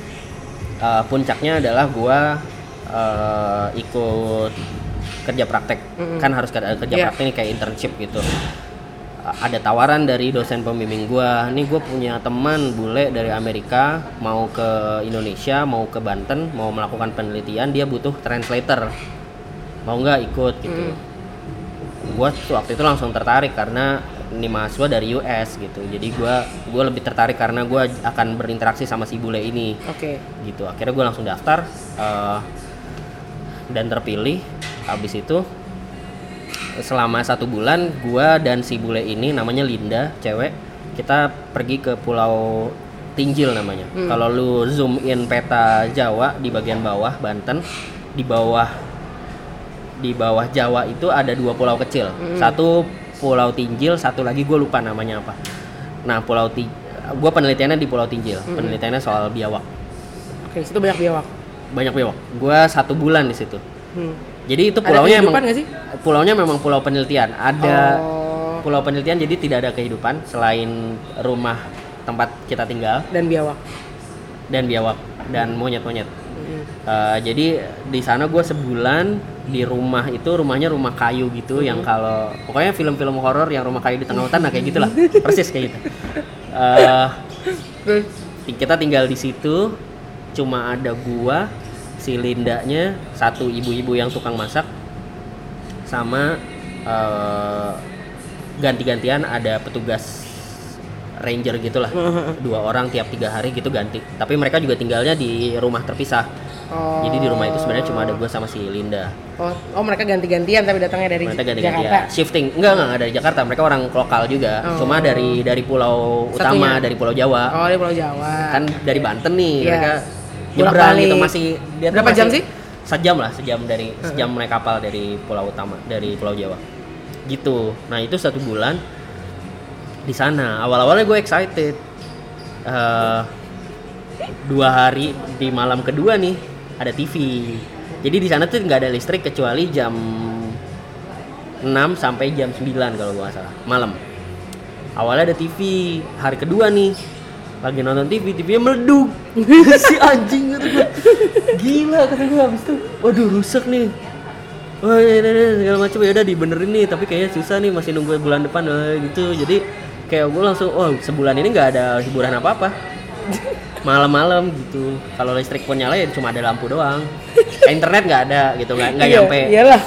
uh, puncaknya adalah gue uh, ikut kerja praktek. Mm-hmm. Kan harus kerja yeah. praktek nih kayak internship gitu. Ada tawaran dari dosen pembimbing gue, nih gue punya teman bule dari Amerika mau ke Indonesia, mau ke Banten, mau melakukan penelitian, dia butuh translator, mau nggak ikut gitu. Mm. Gue waktu itu langsung tertarik karena ini mahasiswa dari U S gitu, jadi gue gue lebih tertarik karena gue akan berinteraksi sama si bule ini. Oke. Okay. Gitu, akhirnya gue langsung daftar uh, dan terpilih. Habis itu selama satu bulan gua dan si bule ini namanya Linda, cewek, kita pergi ke Pulau Tinjil namanya. Hmm. Kalau lu zoom in peta Jawa di bagian bawah Banten, di bawah di bawah Jawa itu ada dua pulau kecil. Hmm. Satu Pulau Tinjil, satu lagi gua lupa namanya apa. Nah, Pulau Ti gua penelitiannya di Pulau Tinjil. Hmm. Penelitiannya soal biawak. Oke, situ banyak biawak. Banyak biawak. Gua satu bulan di situ. Hmm. Jadi itu pulaunya emang sih? Pulaunya memang pulau penelitian. Ada oh. pulau penelitian, jadi tidak ada kehidupan selain rumah tempat kita tinggal dan biawak. Dan biawak dan monyet-monyet. Hmm. Uh, jadi di sana gue sebulan di rumah itu, rumahnya rumah kayu gitu, hmm. yang kalau pokoknya film-film horor yang rumah kayu di tengah hutan, nah kayak gitulah, persis kayak gitu. Uh, kita tinggal di situ, cuma ada gua, si Lindanya, satu ibu-ibu yang tukang masak, sama uh, ganti-gantian ada petugas ranger gitulah, dua orang tiap tiga hari gitu ganti. Tapi mereka juga tinggalnya di rumah terpisah. Oh. Jadi di rumah itu sebenarnya cuma ada gue sama si Linda. Oh, oh mereka ganti-gantian tapi datangnya dari mereka ganti-gantian. Jakarta. Shifting, enggak enggak enggak dari Jakarta. Mereka orang lokal juga. Oh. Cuma dari dari pulau Satunya. utama, dari Pulau Jawa. Oh, dari Pulau Jawa. Kan dari Banten nih, yeah. mereka nyebrang gitu masih. Dia berapa masih, jam sih? Sejam lah, sejam dari sejam naik kapal dari pulau utama, dari Pulau Jawa. Gitu. Nah itu satu bulan di sana. Awal-awalnya gue excited. Uh, dua hari di malam kedua nih ada T V. Jadi di sana tuh nggak ada listrik kecuali jam enam sampai jam sembilan kalau gue nggak salah malam. Awalnya ada T V. Hari kedua nih lagi nonton T V, T V-nya meleduk. Si anjing kata gue. Gila kata gue habis itu. Waduh rusak nih. Wah ya, ya, ya, segala macam ya udah dibenerin nih, tapi kayaknya susah nih, masih nunggu bulan depan oh, gitu. Jadi kayak gue langsung oh sebulan ini nggak ada hiburan apa-apa. Malam-malam gitu. Kalau listrik pun nyala ya cuma ada lampu doang. Internet nggak ada gitu, nggak nggak nyampe. Iyalah.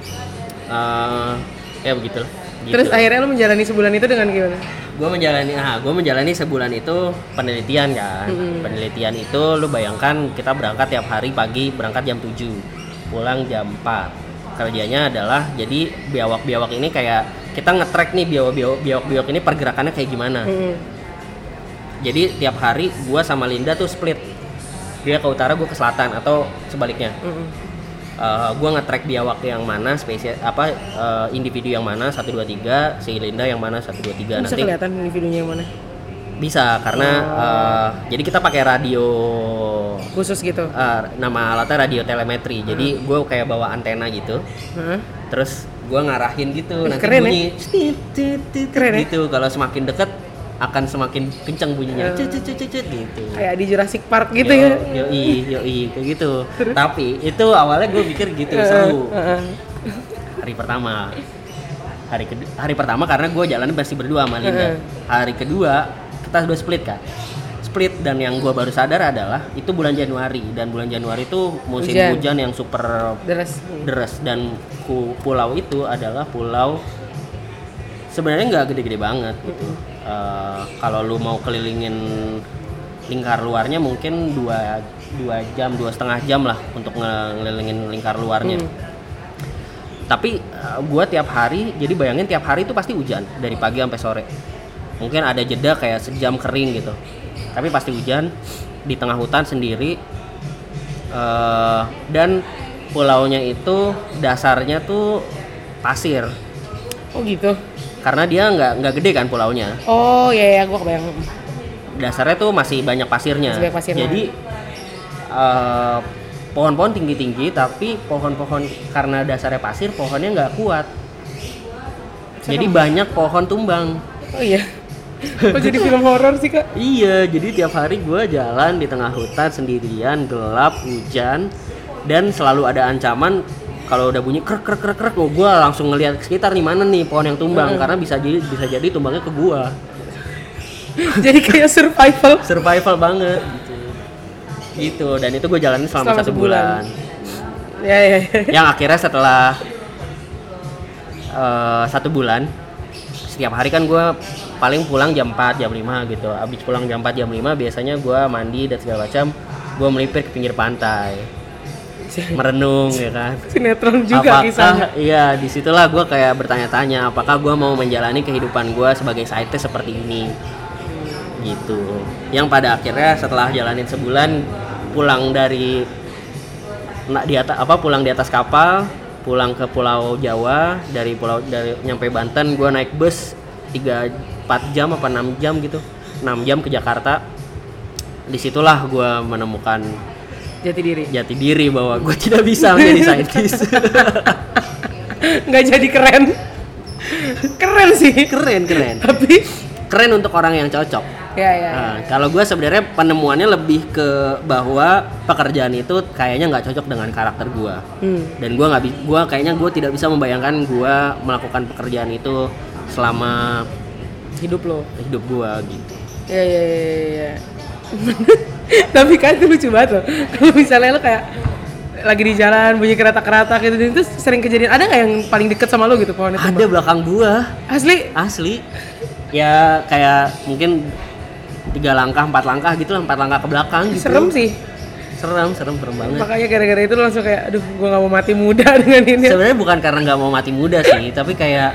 Uh, ya begitu. Gitu. Terus akhirnya lo menjalani sebulan itu dengan gimana? Gue menjalani, ah, gue menjalani sebulan itu penelitian kan. Mm-hmm. Penelitian itu lu bayangkan kita berangkat tiap hari pagi, berangkat jam tujuh, pulang jam empat. Kerjanya adalah jadi biawak-biawak ini kayak kita nge-track nih biawak-biawak ini pergerakannya kayak gimana. Mm-hmm. Jadi tiap hari gue sama Linda tuh split. Dia ke utara, gue ke selatan atau sebaliknya. Mm-hmm. Uh, gue nge-track biawak yang mana, spesies apa uh, individu yang mana satu dua tiga, si Linda yang mana satu dua tiga. Nanti bisa kelihatan individunya yang mana? Bisa karena oh. uh, jadi kita pakai radio khusus gitu. Uh, nama alatnya radio telemetri. Hmm. Jadi gue kayak bawa antena gitu. Hmm. Terus gue ngarahin gitu, eh, nanti keren, bunyi ya? Keren, gitu. Ya? Kalau semakin deket akan semakin kencang bunyinya, cet cet cet cet gitu. Kayak di Jurassic Park gitu yo, ya. Yoi, yoi, kayak gitu. Terus? Tapi itu awalnya gue pikir gitu seru. Uh, uh. Hari pertama, hari kedua, hari pertama karena gue jalan masih berdua sama Linda. Uh, uh. Hari kedua kita sudah split kan, split dan yang gue baru sadar adalah itu bulan Januari dan bulan Januari itu musim hujan, hujan yang super deras, deras dan pulau itu adalah pulau sebenarnya nggak gede-gede banget gitu. Uh, kalau lu mau kelilingin lingkar luarnya mungkin dua dua jam dua setengah jam lah untuk ngelilingin lingkar luarnya. Hmm. Tapi uh, gue tiap hari, jadi bayangin tiap hari itu pasti hujan dari pagi sampai sore. Mungkin ada jeda kayak sejam kering gitu, tapi pasti hujan di tengah hutan sendiri. Uh, dan pulaunya itu dasarnya tuh pasir. Oh gitu. Karena dia nggak nggak gede kan pulaunya. Oh iya ya, gue kebayang. Dasarnya tuh masih banyak pasirnya. Masih banyak pasirnya. Jadi uh, pohon-pohon tinggi-tinggi, tapi pohon-pohon karena dasarnya pasir, pohonnya nggak kuat. Serem. Jadi banyak pohon tumbang. Oh iya. Kok jadi film horor sih kak? Iya, jadi tiap hari gue jalan di tengah hutan sendirian, gelap, hujan, dan selalu ada ancaman. Kalau udah bunyi krek krek krek krek, gue langsung ngelihat sekitar nih mana nih pohon yang tumbang, hmm. karena bisa jadi bisa jadi tumbangnya ke gue. Jadi kayak survival. Survival banget gitu. Gitu, dan itu gue jalanin selama, selama satu bulan. bulan. Ya, ya, ya. Yang akhirnya setelah uh, satu bulan, setiap hari kan gue paling pulang jam empat, jam lima gitu. Abis pulang jam empat, jam lima biasanya gue mandi dan segala macam, gue melipir ke pinggir pantai. Merenung ya kan. Sinetron juga apakah, kisahnya. Iya, disitulah gue kayak bertanya-tanya apakah gue mau menjalani kehidupan gue sebagai scientist seperti ini gitu. Yang pada akhirnya setelah jalanin sebulan, pulang dari di atas apa pulang di atas kapal, pulang ke Pulau Jawa, dari pulau dari nyampe Banten gue naik bus tiga empat jam apa enam jam gitu, enam jam ke Jakarta. Disitulah gue menemukan jati diri jati diri bahwa gue tidak bisa menjadi saintis. Nggak jadi keren keren sih keren keren tapi keren untuk orang yang cocok ya ya, nah, ya. Kalau gue sebenarnya penemuannya lebih ke bahwa pekerjaan itu kayaknya nggak cocok dengan karakter gue. hmm. Dan gue nggak gue kayaknya gue tidak bisa membayangkan gue melakukan pekerjaan itu selama hidup lo hidup gue gitu. Ya ya ya, ya. Tapi kan itu lucu banget loh. Kalau misalnya lo kayak lagi di jalan bunyi kereta-kereta gitu, itu sering kejadian. Ada nggak yang paling deket sama lo gitu pohon itu? Ada belakang gua. Asli? Asli. Ya kayak mungkin tiga langkah, empat langkah gitu lah, empat langkah ke belakang gitu. Serem sih. Serem, serem, serem banget. Makanya gara-gara itu lo langsung kayak, aduh, gua nggak mau mati muda dengan ini. Sebenarnya bukan karena nggak mau mati muda sih, tapi kayak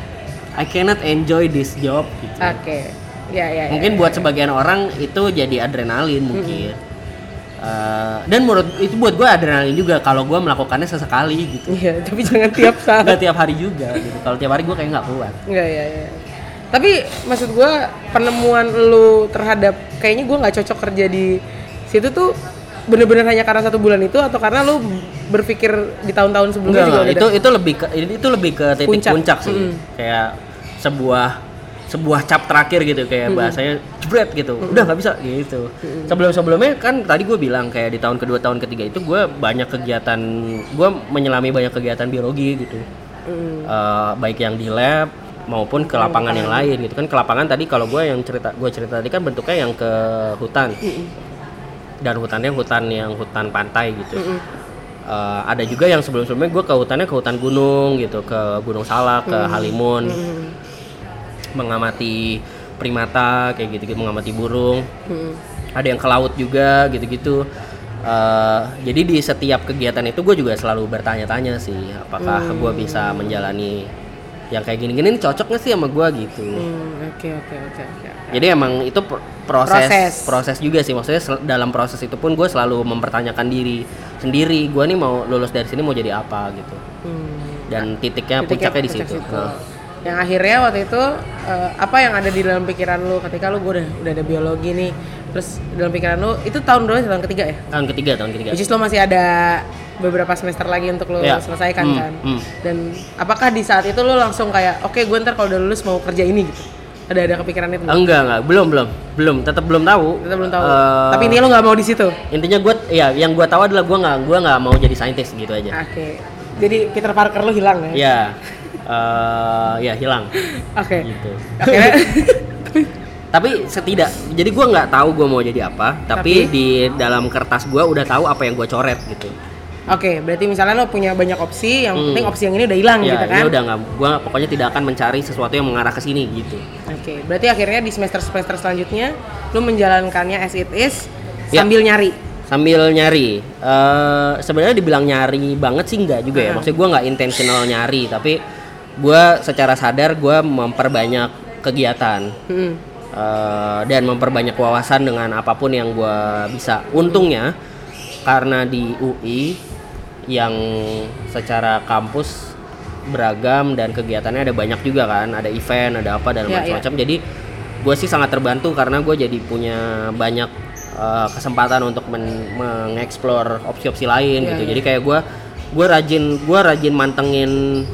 I cannot enjoy this job gitu. Oke. Okay. Ya, ya, mungkin ya, buat ya. sebagian orang itu jadi adrenalin mungkin. Mm-hmm. uh, dan menurut itu buat gue adrenalin juga kalau gue melakukannya sesekali gitu. Iya, tapi jangan tiap saat. Nggak tiap hari juga gitu. Kalau tiap hari gue kayak nggak kuat. Nggak, ya, ya. Tapi maksud gue penemuan lu terhadap kayaknya gue nggak cocok kerja di situ tuh bener-bener hanya karena satu bulan itu atau karena lu berpikir di tahun-tahun sebelumnya enggak, juga enggak. itu itu lebih ke itu lebih ke titik puncak, puncak sih. Mm. Kayak sebuah sebuah cap terakhir gitu kayak mm-hmm. bahasanya jebret gitu, mm-hmm. udah nggak bisa gitu. Mm-hmm. Sebelum-sebelumnya kan tadi gue bilang kayak di tahun kedua tahun ketiga itu gue banyak kegiatan, gue menyelami banyak kegiatan biologi gitu, mm-hmm. uh, baik yang di lab maupun ke lapangan mm-hmm. yang lain gitu kan. Ke lapangan tadi kalau gue yang cerita gue cerita tadi kan bentuknya yang ke hutan, mm-hmm. dan hutannya hutan yang hutan pantai gitu. Mm-hmm. Uh, ada juga yang sebelum-sebelumnya gue ke hutannya ke hutan gunung gitu, ke Gunung Salak, ke mm-hmm. Halimun. Mm-hmm. Mengamati primata kayak gitu-gitu, mengamati burung. Hmm. Ada yang ke laut juga gitu-gitu. Uh, jadi di setiap kegiatan itu gue juga selalu bertanya-tanya sih, apakah hmm. gue bisa menjalani yang kayak gini-gini cocok nggak sih sama gue gitu. Oke oke oke. Jadi emang itu proses, proses proses juga sih, maksudnya sel- dalam proses itu pun gue selalu mempertanyakan diri sendiri, gue nih mau lulus dari sini mau jadi apa gitu. Hmm. Dan titiknya, titiknya puncaknya di situ. Nah. Yang akhirnya waktu itu uh, apa yang ada di dalam pikiran lu ketika lu gue udah udah ada biologi nih, terus dalam pikiran lu itu tahun berapa? Tahun ketiga ya? Tahun ketiga, tahun ketiga. Which is lu masih ada beberapa semester lagi untuk lu ya. selesaikan hmm, kan. Hmm. Dan apakah di saat itu lu langsung kayak oke okay, gue ntar kalau udah lulus mau kerja ini gitu? Ada ada kepikiran itu? Enggak enggak, belum belum belum, tetap belum tahu. Tetap belum tahu. Uh, Tapi ini lu nggak mau di situ? Intinya gue, ya yang gue tahu adalah gue nggak gue nggak mau jadi saintis gitu aja. Oke. Okay. Jadi Peter Parker lu hilang ya? Iya. Uh, ya hilang. Oke. Okay. Gitu. Akhirnya. Tapi setidak, jadi gue nggak tahu gue mau jadi apa, tapi, tapi di dalam kertas gue udah tahu apa yang gue coret gitu. Oke, berarti misalnya lo punya banyak opsi, yang Hmm. penting opsi yang ini udah hilang Ya, gitu kan? ini udah nggak, gue pokoknya tidak akan mencari sesuatu yang mengarah ke sini gitu. Oke, berarti akhirnya di semester-semester selanjutnya lo menjalankannya as it is Ya. sambil nyari. Sambil nyari, uh, sebenarnya dibilang nyari banget sih nggak juga ya. Hmm. Maksudnya gue nggak intentional nyari, tapi gue secara sadar gue memperbanyak kegiatan Hmm. uh, dan memperbanyak wawasan dengan apapun yang gue bisa. Untungnya karena di U I yang secara kampus beragam dan kegiatannya ada banyak juga kan, ada event, ada apa dan Ya, macam-macam. Jadi gue sih sangat terbantu karena gue jadi punya banyak uh, kesempatan untuk men- mengeksplor opsi-opsi lain Ya, gitu. ya. Jadi kayak gue gue rajin gue rajin mantengin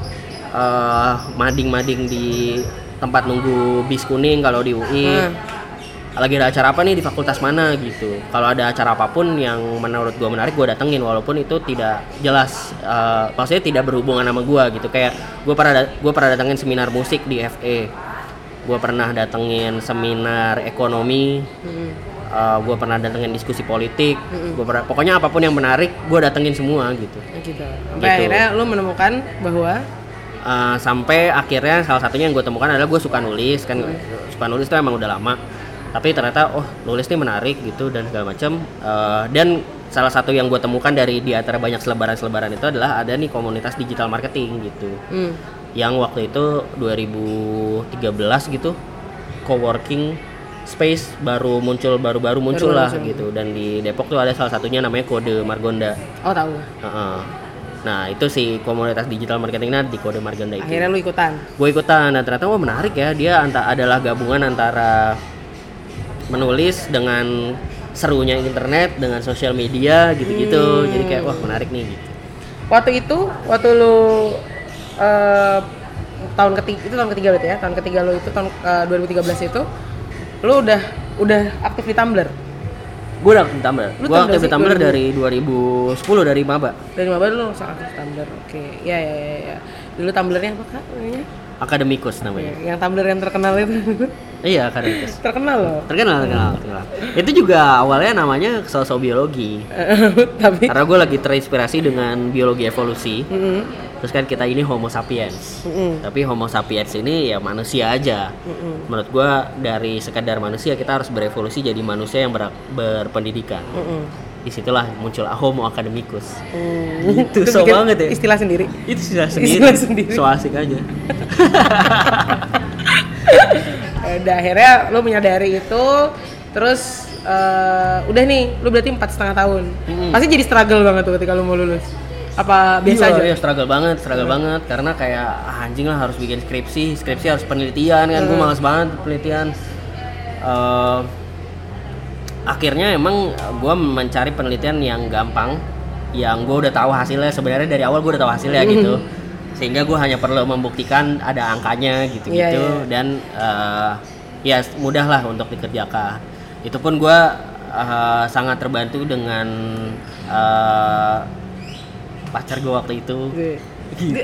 uh, mading-mading di tempat nunggu bis kuning kalau di U I. Hmm. Lagi ada acara apa nih di fakultas mana gitu. Kalau ada acara apapun yang menurut gue menarik, gue datengin walaupun itu tidak jelas, uh, maksudnya tidak berhubungan sama gue gitu. Kayak gue pernah gue pernah datengin seminar musik di F E, gue pernah datengin seminar ekonomi, Hmm. uh, gue pernah datengin diskusi politik, Mm-mm. gue pernah, pokoknya apapun yang menarik gue datengin semua gitu. Gitu. Sampai Gitu. akhirnya lo menemukan bahwa Uh, sampai akhirnya salah satunya yang gue temukan adalah gue suka nulis kan. Suka nulis tuh emang udah lama, tapi ternyata oh nulis nih menarik gitu dan segala macam. Uh, dan salah satu yang gue temukan dari di antara banyak selebaran-selebaran itu adalah ada nih komunitas digital marketing gitu, hmm. yang waktu itu dua ribu tiga belas gitu, coworking space baru muncul baru-baru muncul Baru lah muncul. gitu. Dan di Depok tuh ada salah satunya namanya Kode Margonda. Oh tahu. Uh-uh. Nah itu si komunitas digital marketingnya di Kode Margonda itu. Akhirnya lo ikutan. Gue ikutan dan ternyata wah menarik ya, dia anta, adalah gabungan antara menulis dengan serunya internet dengan sosial media gitu-gitu. Hmm. Jadi kayak wah menarik nih gitu. Waktu itu, waktu lo uh, tahun ketiga itu tahun ketiga berarti ya, tahun ketiga lo itu tahun uh, dua ribu tiga belas itu, lo udah udah aktif di Tumblr. Gue udah aktif di Tumblr. Lu Gue tahun aktif berapa di sih? Tumblr dua ribu? dari dua ribu sepuluh dari maba. Dari maba lo langsung aktif Tumblr. Oke, ya ya ya. ya. Dulu Tumblrnya apa kak namanya? Akademikus namanya. Yang Tumblr yang terkenal itu. Iya akademikus. Terkenal loh. Terkenal, terkenal, terkenal. Itu juga awalnya namanya sosok biologi. Tapi Karena gue lagi terinspirasi dengan biologi evolusi. Mm-mm. Terus kan kita ini Homo sapiens. Mm-mm. Tapi Homo sapiens ini ya manusia aja. Mm-mm. Menurut gua dari sekadar manusia kita harus berevolusi jadi manusia yang ber- berpendidikan. Mm-mm. Disitulah muncul Homo academicus. Mm. Gitu, Itu so bikin banget ya. Istilah sendiri. Itu sudah sendiri. Istilah sendiri. So asik aja. Ya udah akhirnya lo menyadari itu, terus eh, udah nih, lo berarti empat setengah tahun. Mm-mm. Pasti jadi struggle banget tuh ketika lo mau lulus. Apa biasa Iya, aja? iya, struggle banget, struggle banget karena kayak ah, anjing lah harus bikin skripsi, skripsi harus penelitian kan, gue Hmm. malas banget penelitian. Eh, akhirnya emang gue mencari penelitian yang gampang, yang gue udah tahu hasilnya. Sebenarnya dari awal gue udah tahu hasilnya Hmm. gitu, sehingga gue hanya perlu membuktikan ada angkanya gitu-gitu. Iya, iya. Dan eh, ya mudah lah untuk dikerjakan. Itu pun gue eh, sangat terbantu dengan eh, pacar gue waktu itu. Gitu,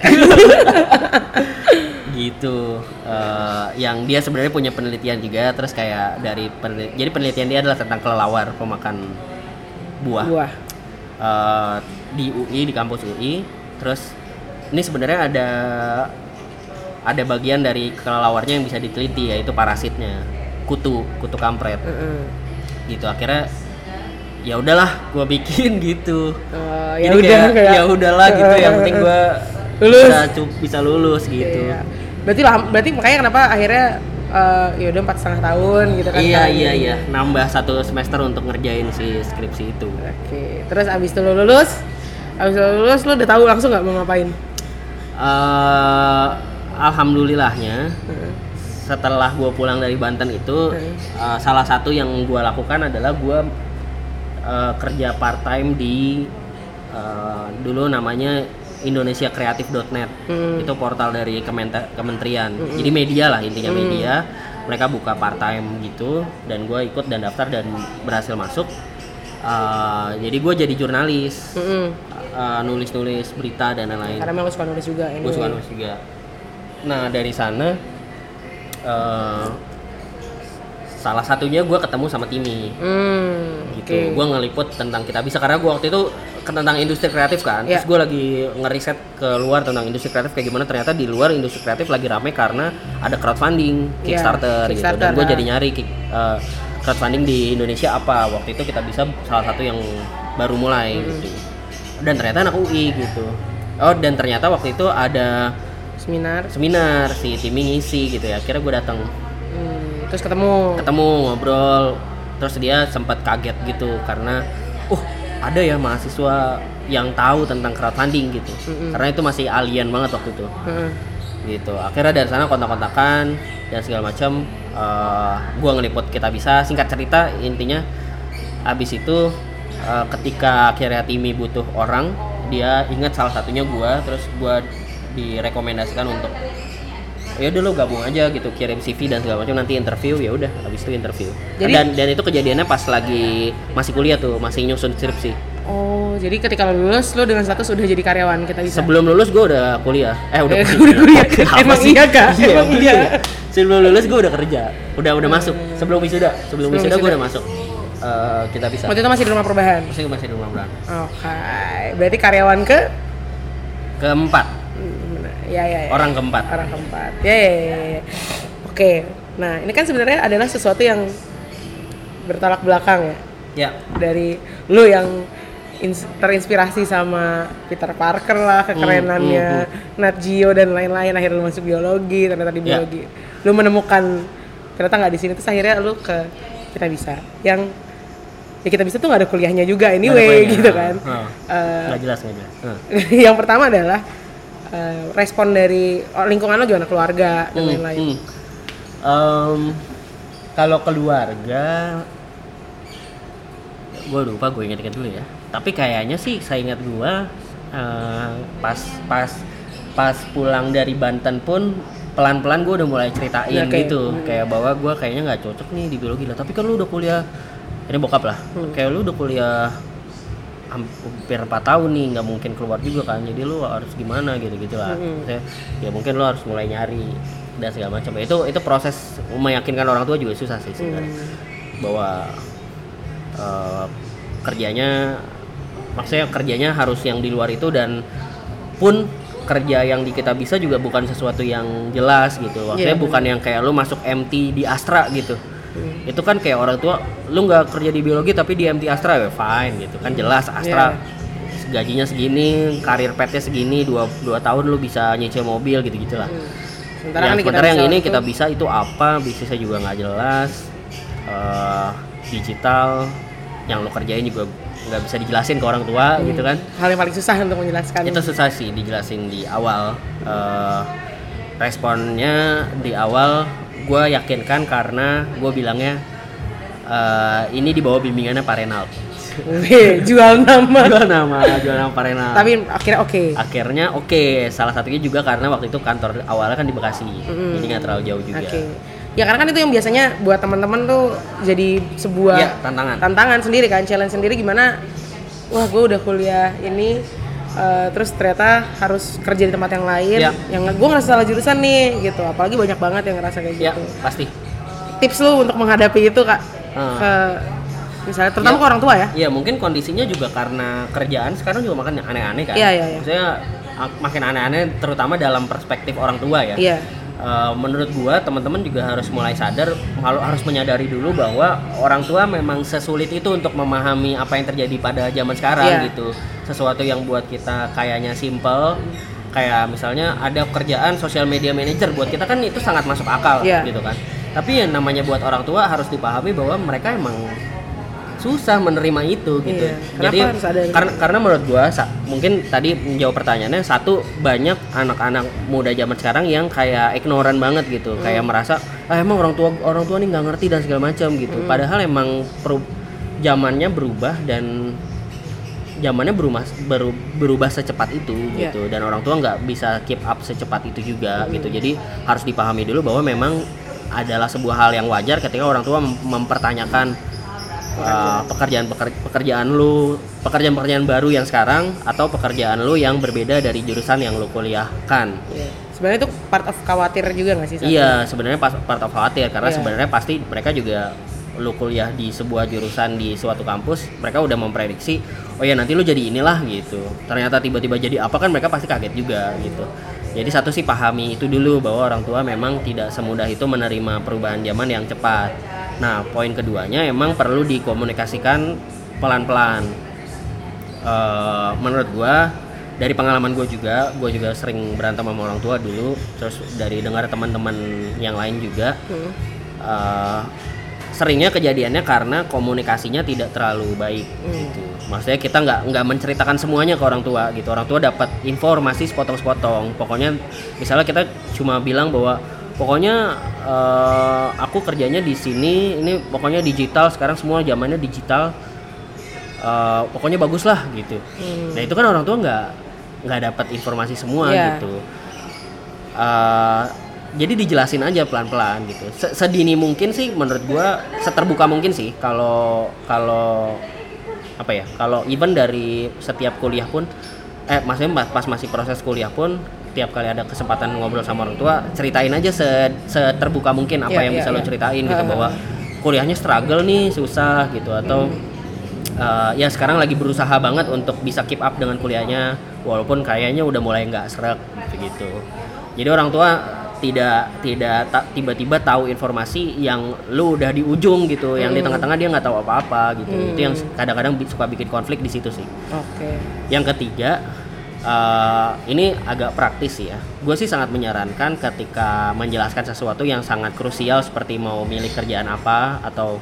gitu. Uh, yang dia sebenarnya punya penelitian juga, terus kayak dari penelitian, jadi penelitian dia adalah tentang kelelawar pemakan buah, Buah. Uh, di U I, di kampus U I. Terus ini sebenarnya ada ada bagian dari kelelawarnya yang bisa diteliti, yaitu parasitnya, kutu kutu kampret Mm-mm. gitu. Akhirnya ya udahlah gue bikin gitu. Oh, ya Jadi udah kayak, kayak ya udahlah gitu, yang penting gue Lulus. bisa cu- bisa lulus gitu. Iya. Berarti lah, berarti makanya kenapa akhirnya eh, ya udah empat setengah tahun gitu kan? Iya kan? iya iya, nambah satu semester untuk ngerjain si skripsi itu. Oke, terus abis itu lo lulus, abis lo lulus lo udah tahu langsung nggak mau ngapain? Uh, alhamdulillahnya Heeh. setelah gue pulang dari Banten itu, Hmm. uh, salah satu yang gue lakukan adalah gue uh, kerja part time di uh, dulu namanya Indonesia Kreatif dot net. Hmm. Itu portal dari Kementer- kementerian. Hmm. Jadi media lah intinya, Hmm. media. Mereka buka part time gitu dan gue ikut dan daftar dan berhasil masuk. Uh, jadi gue jadi jurnalis, Mm-mm. uh, nulis-nulis berita dan lain-lain. Karena memang lo suka nulis juga. Gue suka nulis juga. Nah dari sana uh, salah satunya gue ketemu sama Timi Hmm, gitu. oke. Gue ngeliput tentang Kita Bisa karena gue waktu itu tentang industri kreatif kan. Yeah. Terus gue lagi ngeriset ke luar tentang industri kreatif kayak gimana. Ternyata di luar industri kreatif lagi rame karena ada crowdfunding, Kickstarter, yeah, gitu. Kickstarter, Dan gue nah. jadi nyari uh, crowdfunding di Indonesia apa. Waktu itu kita bisa salah satu yang baru mulai mm-hmm. gitu. Dan ternyata anak U I gitu. Oh dan ternyata waktu itu ada seminar. Seminar si Timmy ngisi gitu ya. Akhirnya gue datang. Hmm, terus ketemu. Ketemu ngobrol. Terus dia sempat kaget gitu karena uh ada ya mahasiswa yang tahu tentang crowdfunding gitu. Mm-hmm. Karena itu masih alien banget waktu itu. Mm-hmm. Gitu. Akhirnya dari sana kontak-kontakan dan segala macam. Uh, gua ngeliput Kita Bisa. Singkat cerita intinya abis itu uh, ketika akhirnya Timmy butuh orang, dia ingat salah satunya gua, terus gua direkomendasikan untuk ya udah lo gabung aja gitu, kirim C V dan segala macam, nanti interview. Ya udah habis itu interview. Jadi, dan dan itu kejadiannya pas lagi masih kuliah tuh, masih nyusun skripsi. Oh, jadi ketika lo lulus lo dengan status udah jadi karyawan Kita Bisa. Sebelum lulus gue udah kuliah. Eh udah eh, kuliah. udah kuliah. Emang sih? iya kak? Iya, Emang iya. Sebelum lulus gue udah kerja. Udah udah hmm. masuk. Sebelum wisuda, sebelum, sebelum wisuda gue udah masuk. Uh, Kita Bisa. Waktu itu masih di rumah perubahan. Masih masih di rumah perubahan. Oke. Okay. Berarti karyawan ke keempat. Ya, ya, ya. Orang keempat. Orang keempat. Ya, ya, ya, ya. Oke. Nah, ini kan sebenarnya adalah sesuatu yang bertolak belakang ya. Ya. Dari lu yang ins- terinspirasi sama Peter Parker lah, kekerenannya, hmm, hmm, hmm. Nat Geo dan lain-lain, akhirnya lu masuk biologi, ternyata di biologi. Ya. Lu menemukan ternyata nggak di sini, terus akhirnya lu ke Kita Bisa. Yang ya Kita Bisa tuh nggak ada kuliahnya juga anyway gitu kan. Oh. Uh, nggak jelas nggak jelas. Uh. Yang pertama adalah Uh, respon dari oh, lingkungan lo gimana, keluarga dan hmm, lain-lain. Hmm. Um, kalau keluarga, gue lupa, gue ingat-ingat dulu ya. Tapi kayaknya sih, saya ingat gue uh, pas pas pas pulang dari Banten pun pelan-pelan gue udah mulai ceritain okay. gitu, hmm. kayak bahwa gue kayaknya nggak cocok nih di biologi lah. Tapi kan lu udah kuliah, ini bokap lah, hmm. kayak lu udah kuliah hampir empat tahun nih, nggak mungkin keluar juga kan, jadi lu harus gimana gitu-gitu lah. Mm-hmm. Ya mungkin lu harus mulai nyari dan segala macam. Itu itu proses meyakinkan orang tua juga susah sih sebenarnya. Mm. Bahwa uh, kerjanya, maksudnya kerjanya harus yang di luar itu, dan pun kerja yang di Kita Bisa juga bukan sesuatu yang jelas gitu. Maksudnya yeah, bukan bener. Yang kayak lu masuk M T di Astra gitu. Hmm. Itu kan kayak orang tua, lu nggak kerja di biologi tapi di M T Astra ya fine gitu kan, jelas Astra yeah. gajinya segini, karir petnya segini, dua, dua tahun lu bisa nyicil mobil gitu gitulah. Hmm. Sementara, yang, sementara yang ini itu... Kita Bisa itu apa, bisnisnya juga nggak jelas, uh, digital, yang lu kerjain juga nggak bisa dijelasin ke orang tua hmm. gitu kan. Hal yang paling susah untuk menjelaskan. Itu susah sih dijelasin di awal. Uh, responnya di awal gue yakinkan karena gue bilangnya uh, ini di bawah bimbingannya Pak Renald. jual nama. Jual nama, jual nama Pak Renald. Tapi akhirnya oke. Okay. Akhirnya oke. Okay. Salah satunya juga karena waktu itu kantor awalnya kan di Bekasi, mm-hmm. jadi nggak terlalu jauh juga. Okay. Ya karena kan itu yang biasanya buat teman-teman tuh jadi sebuah ya, tantangan. Tantangan sendiri kan, challenge sendiri gimana. Wah gue udah kuliah ini. Uh, terus ternyata harus kerja di tempat yang lain, ya. Yang gue ngerasa salah jurusan nih gitu, apalagi banyak banget yang ngerasa kayak ya, gitu. Pasti. Tips lu untuk menghadapi itu kak, hmm. ke misalnya terutama ya, ke orang tua ya? Iya mungkin kondisinya juga karena kerjaan sekarang juga makin aneh-aneh kan. Iya iya. Ya. Maksudnya makin aneh-aneh terutama dalam perspektif orang tua ya. Iya. Uh, menurut gua teman-teman juga harus mulai sadar, harus menyadari dulu bahwa orang tua memang sesulit itu untuk memahami apa yang terjadi pada zaman sekarang yeah. gitu. Sesuatu yang buat kita kayaknya simple, kayak misalnya ada pekerjaan social media manager, buat kita kan itu sangat masuk akal yeah. gitu kan. Tapi yang namanya buat orang tua harus dipahami bahwa mereka emang susah menerima itu gitu. Iya. Jadi karena karena menurut gua sa- mungkin tadi menjawab pertanyaannya, satu, banyak anak-anak muda zaman sekarang yang kayak ignoran banget gitu, hmm. kayak merasa ah emang orang tua orang tua nih nggak ngerti dan segala macam gitu. Hmm. Padahal emang peru- zamannya berubah dan zamannya berubah beru- berubah secepat itu yeah. gitu, dan orang tua nggak bisa keep up secepat itu juga hmm. gitu. Jadi harus dipahami dulu bahwa memang adalah sebuah hal yang wajar ketika orang tua mem- mempertanyakan Uh, pekerjaan pekerjaan lu, pekerjaan-pekerjaan baru yang sekarang atau pekerjaan lu yang berbeda dari jurusan yang lu kuliahkan. Yeah. Sebenarnya itu part of khawatir juga nggak sih? Iya, sebenarnya part of khawatir karena yeah. sebenarnya pasti mereka juga lu kuliah di sebuah jurusan di suatu kampus, mereka udah memprediksi, oh ya nanti lu jadi inilah gitu. Ternyata tiba-tiba jadi apa, kan mereka pasti kaget juga gitu. Jadi satu sih pahami itu dulu, bahwa orang tua memang tidak semudah itu menerima perubahan zaman yang cepat. Nah, poin keduanya emang perlu dikomunikasikan pelan-pelan. Uh, menurut gua, dari pengalaman gue juga, gue juga sering berantem sama orang tua dulu. Terus dari dengar teman-teman yang lain juga, hmm. uh, seringnya kejadiannya karena komunikasinya tidak terlalu baik hmm. gitu. Maksudnya kita nggak nggak menceritakan semuanya ke orang tua gitu. Orang tua dapat informasi sepotong-sepotong. Pokoknya misalnya kita cuma bilang bahwa pokoknya uh, aku kerjanya di sini, ini pokoknya digital, sekarang semua zamannya digital. Uh, pokoknya bagus lah gitu. Hmm. Nah itu kan orang tua nggak nggak dapat informasi semua yeah. gitu. Uh, jadi dijelasin aja pelan-pelan gitu. Sedini mungkin sih menurut gua, seterbuka mungkin sih. Kalau kalau apa ya? Kalau even dari setiap kuliah pun, eh maksudnya pas masih proses kuliah pun, tiap kali ada kesempatan ngobrol sama orang tua, ceritain aja seterbuka mungkin apa yeah, yang yeah, bisa yeah. lo ceritain gitu, bahwa kuliahnya struggle nih, susah gitu, atau hmm. Uh, ya sekarang lagi berusaha banget untuk bisa keep up dengan kuliahnya, walaupun kayaknya udah mulai nggak sreg gitu. Jadi orang tua tidak tidak ta, tiba-tiba tahu informasi yang lu udah di ujung gitu, hmm. yang di tengah-tengah dia nggak tahu apa-apa gitu. Hmm. Itu yang kadang-kadang suka bikin konflik di situ sih. Oke. Okay. Yang ketiga, uh, ini agak praktis ya. Gue sih sangat menyarankan ketika menjelaskan sesuatu yang sangat krusial seperti mau milih kerjaan apa, atau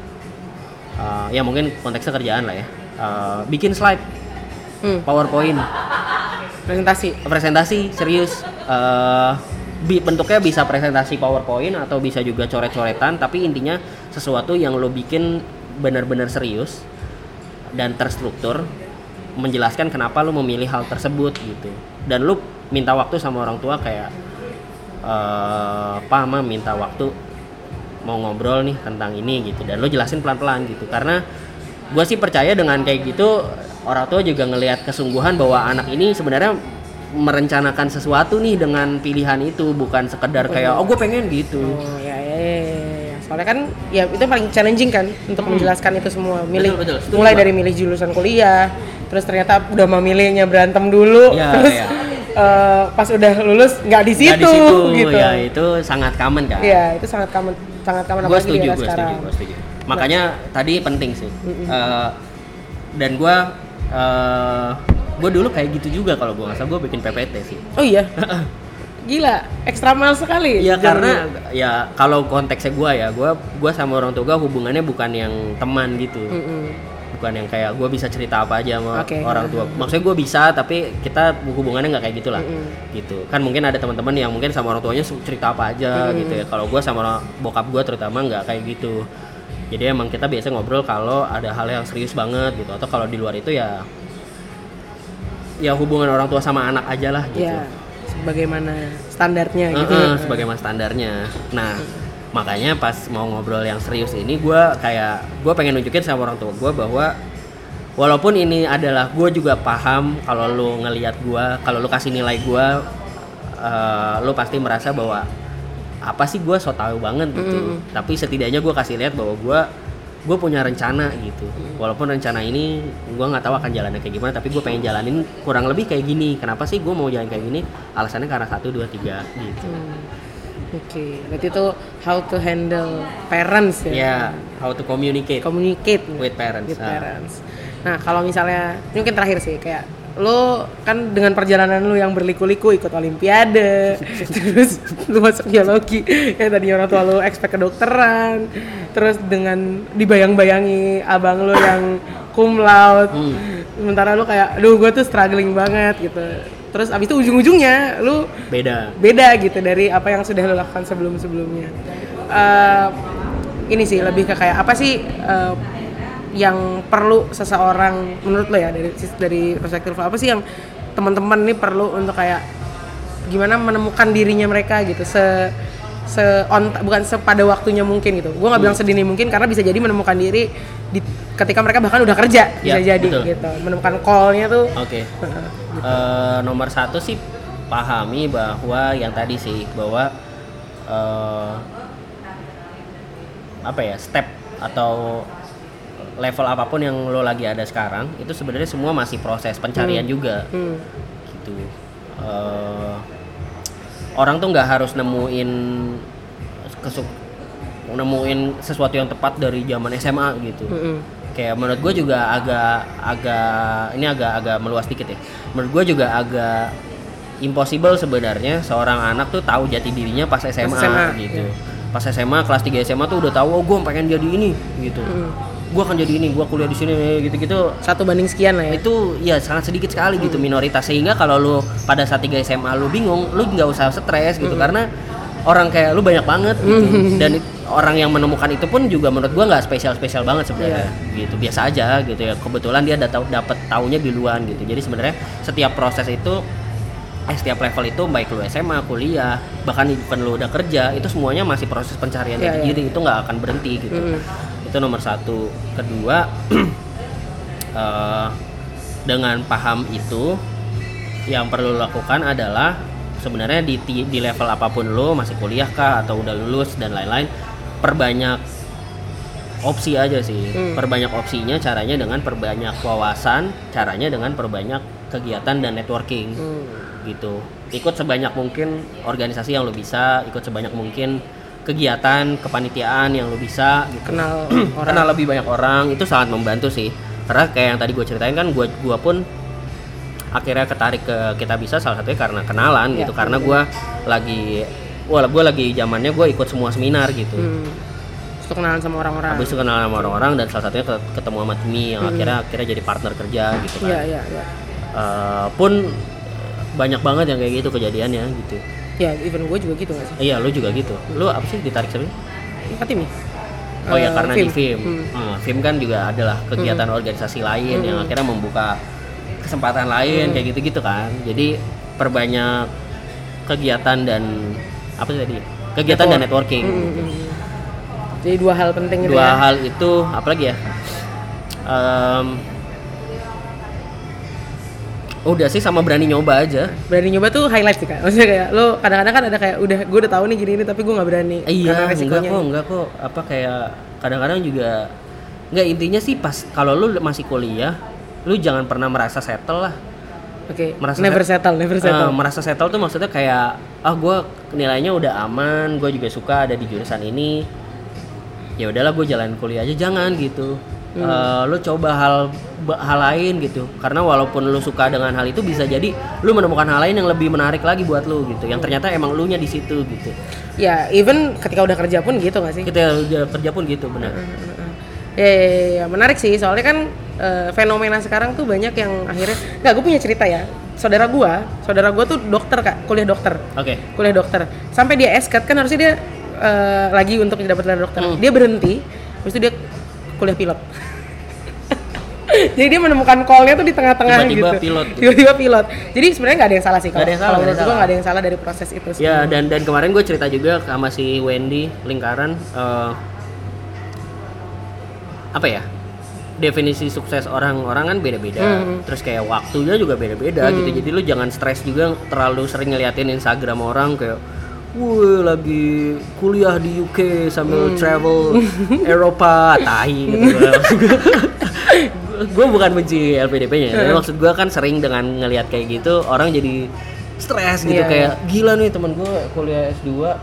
Uh, ya mungkin konteksnya kerjaan lah ya, uh, bikin slide, hmm. PowerPoint, presentasi, presentasi serius, uh, bi- bentuknya bisa presentasi PowerPoint atau bisa juga coret-coretan, tapi intinya sesuatu yang lo bikin benar-benar serius dan terstruktur, menjelaskan kenapa lo memilih hal tersebut gitu, dan lo minta waktu sama orang tua kayak, uh, Pa, Ma minta waktu mau ngobrol nih tentang ini gitu, dan lo jelasin pelan-pelan gitu, karena gue sih percaya dengan kayak gitu orang tua juga ngelihat kesungguhan bahwa anak ini sebenarnya merencanakan sesuatu nih dengan pilihan itu, bukan sekedar kayak oh gue pengen gitu. Oh ya ya ya, ya. Soalnya kan ya itu paling challenging kan untuk hmm. menjelaskan itu semua, milih betul, betul. Mulai dari milih jurusan kuliah, terus ternyata udah memilihnya berantem dulu, ya, terus ya. Uh, pas udah lulus nggak di situ gitu. Ya itu sangat common kan. Iya itu sangat common, sangat common apalagi di era sekarang. Gue setuju, makanya nah. tadi penting sih. Uh, dan gue, uh, gue dulu kayak gitu juga kalau gue nggak salah, gue bikin P P T sih. Oh iya. Gila, ekstra mal sekali. Ya karena ya kalau konteksnya gue ya, gue gue sama orang tua gue hubungannya bukan yang teman gitu. Mm-mm. Bukan yang kayak gue bisa cerita apa aja sama okay. orang tua. Maksudnya gue bisa, tapi kita hubungannya nggak kayak gitulah, mm-hmm. gitu. Kan mungkin ada teman-teman yang mungkin sama orang tuanya cerita apa aja, mm-hmm. gitu ya. Kalau gue sama bokap gue terutama nggak kayak gitu. Jadi emang kita biasa ngobrol kalau ada hal yang serius banget gitu. Atau kalau di luar itu ya, ya hubungan orang tua sama anak aja lah gitu. Ya, sebagaimana standarnya uh-uh, gitu. Sebagaimana standarnya. Nah. Mm-hmm. Makanya pas mau ngobrol yang serius ini, gue kayak gue pengen nunjukin sama orang tua gue bahwa walaupun ini adalah gue juga paham kalau lu ngelihat gue, kalau lu kasih nilai gue, uh, lu pasti merasa bahwa apa sih gue so tau banget gitu. Mm-hmm. Tapi setidaknya gue kasih lihat bahwa gue gue punya rencana gitu. Mm-hmm. Walaupun rencana ini gue nggak tahu akan jalannya kayak gimana, tapi gue pengen jalanin kurang lebih kayak gini. Kenapa sih gue mau jalan kayak gini? Alasannya karena satu dua tiga gitu. Mm. Oke, okay. Berarti itu how to handle parents ya? Yeah, how to communicate. Communicate with parents. With parents. Nah, kalau misalnya ini mungkin terakhir sih, kayak lo kan dengan perjalanan lo yang berliku-liku, ikut olimpiade, terus lo masuk biologi, ya tadi orang tua lo expect kedokteran, terus dengan dibayang-bayangi abang lo yang cum laude, hmm. sementara lo kayak, aduh gue tuh struggling banget gitu. Terus abis itu ujung-ujungnya lu beda beda gitu dari apa yang sudah lu lakukan sebelum-sebelumnya. Uh, ini sih lebih ke kayak apa sih uh, yang perlu seseorang menurut lo ya, dari dari perspektif apa sih yang teman-teman ini perlu untuk kayak gimana menemukan dirinya mereka gitu, se se on bukan sepada waktunya mungkin gitu. Gue nggak bilang sedini mungkin karena bisa jadi menemukan diri di ketika mereka bahkan udah kerja, bisa ya, jadi betul. Gitu, menemukan call-nya tuh. Oke. Okay. gitu. uh, nomor satu sih pahami bahwa yang tadi sih bahwa uh, apa ya step atau level apapun yang lo lagi ada sekarang itu sebenarnya semua masih proses pencarian hmm. juga hmm. gitu. Uh, orang tuh nggak harus nemuin kesuk nemuin sesuatu yang tepat dari zaman S M A gitu. Hmm. Kayak menurut gue juga agak agak ini agak agak meluas dikit ya. Menurut gue juga agak impossible sebenarnya seorang anak tuh tahu jati dirinya pas S M A, S M A gitu. Ya. Pas S M A kelas tiga S M A tuh udah tahu, oh gue pengen jadi ini gitu. Hmm. Gue akan jadi ini, gue kuliah di sini gitu-gitu. Satu banding sekian lah ya. Itu ya sangat sedikit sekali hmm. gitu, minoritas. Sehingga kalau lu pada saat tiga S M A lu bingung, lu nggak usah stres gitu hmm. karena orang kayak lu banyak banget gitu. Hmm. Dan orang yang menemukan itu pun juga menurut gue nggak spesial-spesial banget sebenarnya yeah. gitu, biasa aja gitu ya. Kebetulan dia dapat dapat taunya duluan gitu. Jadi sebenarnya setiap proses itu eh, setiap level itu baik lu S M A, kuliah, bahkan even lu udah kerja, itu semuanya masih proses pencarian yeah, jati diri yeah. itu nggak akan berhenti gitu. Mm. Itu nomor satu. Kedua, uh, dengan paham itu, yang perlu lakukan adalah sebenarnya di di level apapun lu, masih kuliah kah atau udah lulus dan lain-lain, perbanyak opsi aja sih. Mm. Perbanyak opsinya, caranya dengan perbanyak wawasan, caranya dengan perbanyak kegiatan dan networking. Mm. Gitu, ikut sebanyak mungkin organisasi yang lo bisa, ikut sebanyak mungkin kegiatan kepanitiaan yang lo bisa gitu. Kenal orang, kenal lebih banyak orang, itu sangat membantu sih. Karena kayak yang tadi gue ceritain kan, gue gua pun akhirnya ketarik ke Kita Bisa salah satunya karena kenalan ya, gitu. Karena gue lagi, wah gue lagi zamannya gue ikut semua seminar gitu. Hmm. Terus kenalan sama orang-orang. Habis itu kenalan sama orang-orang dan salah satunya ketemu sama Timi yang hmm. akhirnya akhirnya jadi partner kerja gitu kan. Iya iya iya. Uh, pun banyak banget yang kayak gitu kejadiannya gitu. Ya, even gue juga gitu nggak sih? Iya, lu juga gitu. Lu apa sih ditarik sini? Fatimi. Oh uh, ya karena film. Di film. Hmm. Hmm, film kan juga adalah kegiatan hmm. organisasi lain hmm. yang akhirnya membuka kesempatan lain hmm. kayak gitu-gitu kan. Jadi perbanyak kegiatan dan apa sih tadi? Kegiatan Network. dan networking. Hmm. Gitu. Jadi dua hal penting itu. Dua ya? hal itu apalagi ya? Um, Udah sih sama berani nyoba aja. Berani nyoba tuh highlight sih Kak. Maksudnya kayak lo kadang-kadang kan ada kayak udah gue udah tahu nih gini ini tapi gue nggak berani. Iya, enggak kok, enggak kok. Apa kayak kadang-kadang juga enggak, intinya sih pas kalau lu masih kuliah, lu jangan pernah merasa settle lah. Oke. Okay. Never settle, never settle. Uh, merasa settle tuh maksudnya kayak ah gue nilainya udah aman, gue juga suka ada di jurusan ini. Ya udahlah gue jalan kuliah aja, jangan gitu. Hmm. Uh, lu coba hal hal lain gitu, karena walaupun lu suka dengan hal itu bisa jadi lu menemukan hal lain yang lebih menarik lagi buat lu gitu, yang ternyata emang lu nya di situ gitu. Ya even ketika udah kerja pun gitu nggak sih? Ketika udah kerja pun gitu, benar. Uh-huh. Ya, ya, ya menarik sih, soalnya kan uh, fenomena sekarang tuh banyak yang akhirnya nggak, gue punya cerita ya. Saudara gue, saudara gue tuh dokter Kak, kuliah dokter. Oke. Okay. Kuliah dokter, sampai dia S C A T kan harusnya dia uh, lagi untuk dapat gelar dokter, hmm. dia berhenti, habis itu dia kuliah pilot. Jadi dia menemukan call-nya tuh di tengah-tengah tiba-tiba gitu. Pilot, gitu. Tiba-tiba pilot. Jadi sebenarnya nggak ada yang salah sih kalau kalau menurut gue nggak ada yang salah dari proses itu. Ya sebenernya. dan dan kemarin gue cerita juga sama si Wendy Lingkaran, uh, apa ya? Definisi sukses orang-orang kan beda-beda. Hmm. Terus kayak waktunya juga beda-beda hmm. gitu. Jadi lu jangan stres juga terlalu sering ngeliatin Instagram orang kayak wah lagi kuliah di U K sambil hmm. travel Eropa, tahi gitu. Gue bukan benci L P D P-nya, tapi maksud gue kan sering dengan ngelihat kayak gitu orang jadi stres gitu, yeah. kayak gila nih temen gue kuliah S dua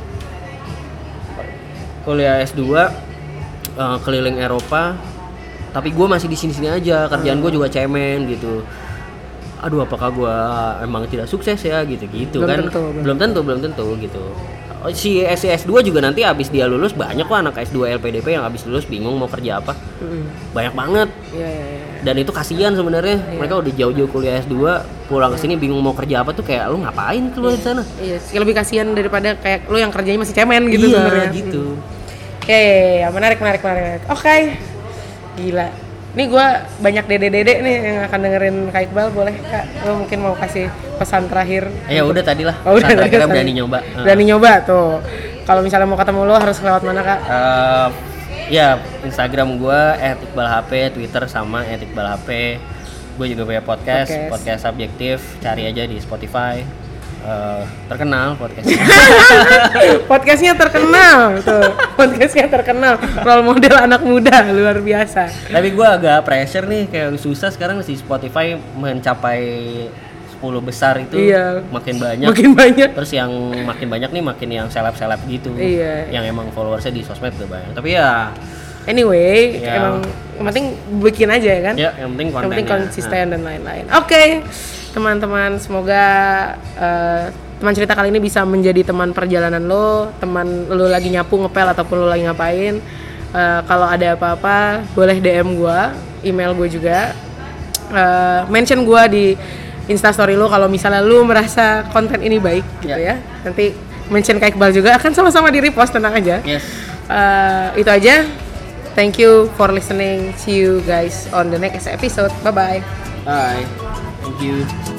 kuliah S dua uh, keliling Eropa, tapi gue masih di sini-sini aja, kerjaan gue juga cemen gitu. Aduh, apakah gue emang tidak sukses ya gitu-gitu belum kan? Tentu, belum tentu, belum tentu gitu. Si S S dua juga nanti abis dia lulus banyak kok anak S dua L P D P yang abis lulus bingung mau kerja apa. Mm. Banyak banget. Yeah, yeah, yeah. Dan itu kasihan sebenarnya. Yeah. Mereka udah jauh-jauh kuliah S dua pulang yeah. ke sini bingung mau kerja apa tuh, kayak lu ngapain keluar yeah. di sana? Iya, yeah. lebih kasihan daripada kayak lu yang kerjanya masih cemen gitu yeah, sebenarnya. Iya, gitu. Oke, yeah, yeah, yeah. menarik menarik menarik. Oke. Okay. Gila. Ini gue banyak dede-dede nih yang akan dengerin Kak Iqbal, boleh Kak? Lo mungkin mau kasih pesan terakhir? Ya udah tadi lah, oh, pesan terakhirnya berani nyoba. Berani uh. nyoba tuh. Kalau misalnya mau ketemu lo harus lewat mana Kak? Uh, ya Instagram gue et iqbal h p, Twitter sama et iqbal h p. Gue juga punya podcast, podcast, podcast subjektif, cari aja di Spotify. uh, terkenal podcastnya. Podcastnya terkenal tuh. Podcastnya terkenal. Role model anak muda luar biasa. Tapi gue agak pressure nih, kayak susah sekarang si Spotify mencapai sepuluh besar itu. Iya. Makin banyak. Makin banyak. Terus yang makin banyak nih makin yang seleb-seleb gitu. Iya. Yang emang followersnya di sosmed udah banyak. Tapi ya anyway, ya, emang yang penting bikin aja ya kan? Ya, yang penting kontennya. Yang penting konsisten nah. dan lain-lain. Oke, okay. teman-teman, semoga uh, teman cerita kali ini bisa menjadi teman perjalanan lo, teman lo lagi nyapu, ngepel ataupun lo lagi ngapain. Uh, kalau ada apa-apa, boleh D M gue, email gue juga. Uh, mention gue di Instastory lo kalau misalnya lo merasa konten ini baik gitu ya. ya. Nanti mention Kak Iqbal juga, akan sama-sama di repost, tenang aja. Yes. Uh, itu aja. Thank you for listening. See you guys on the next episode. Bye-bye. Bye. Thank you.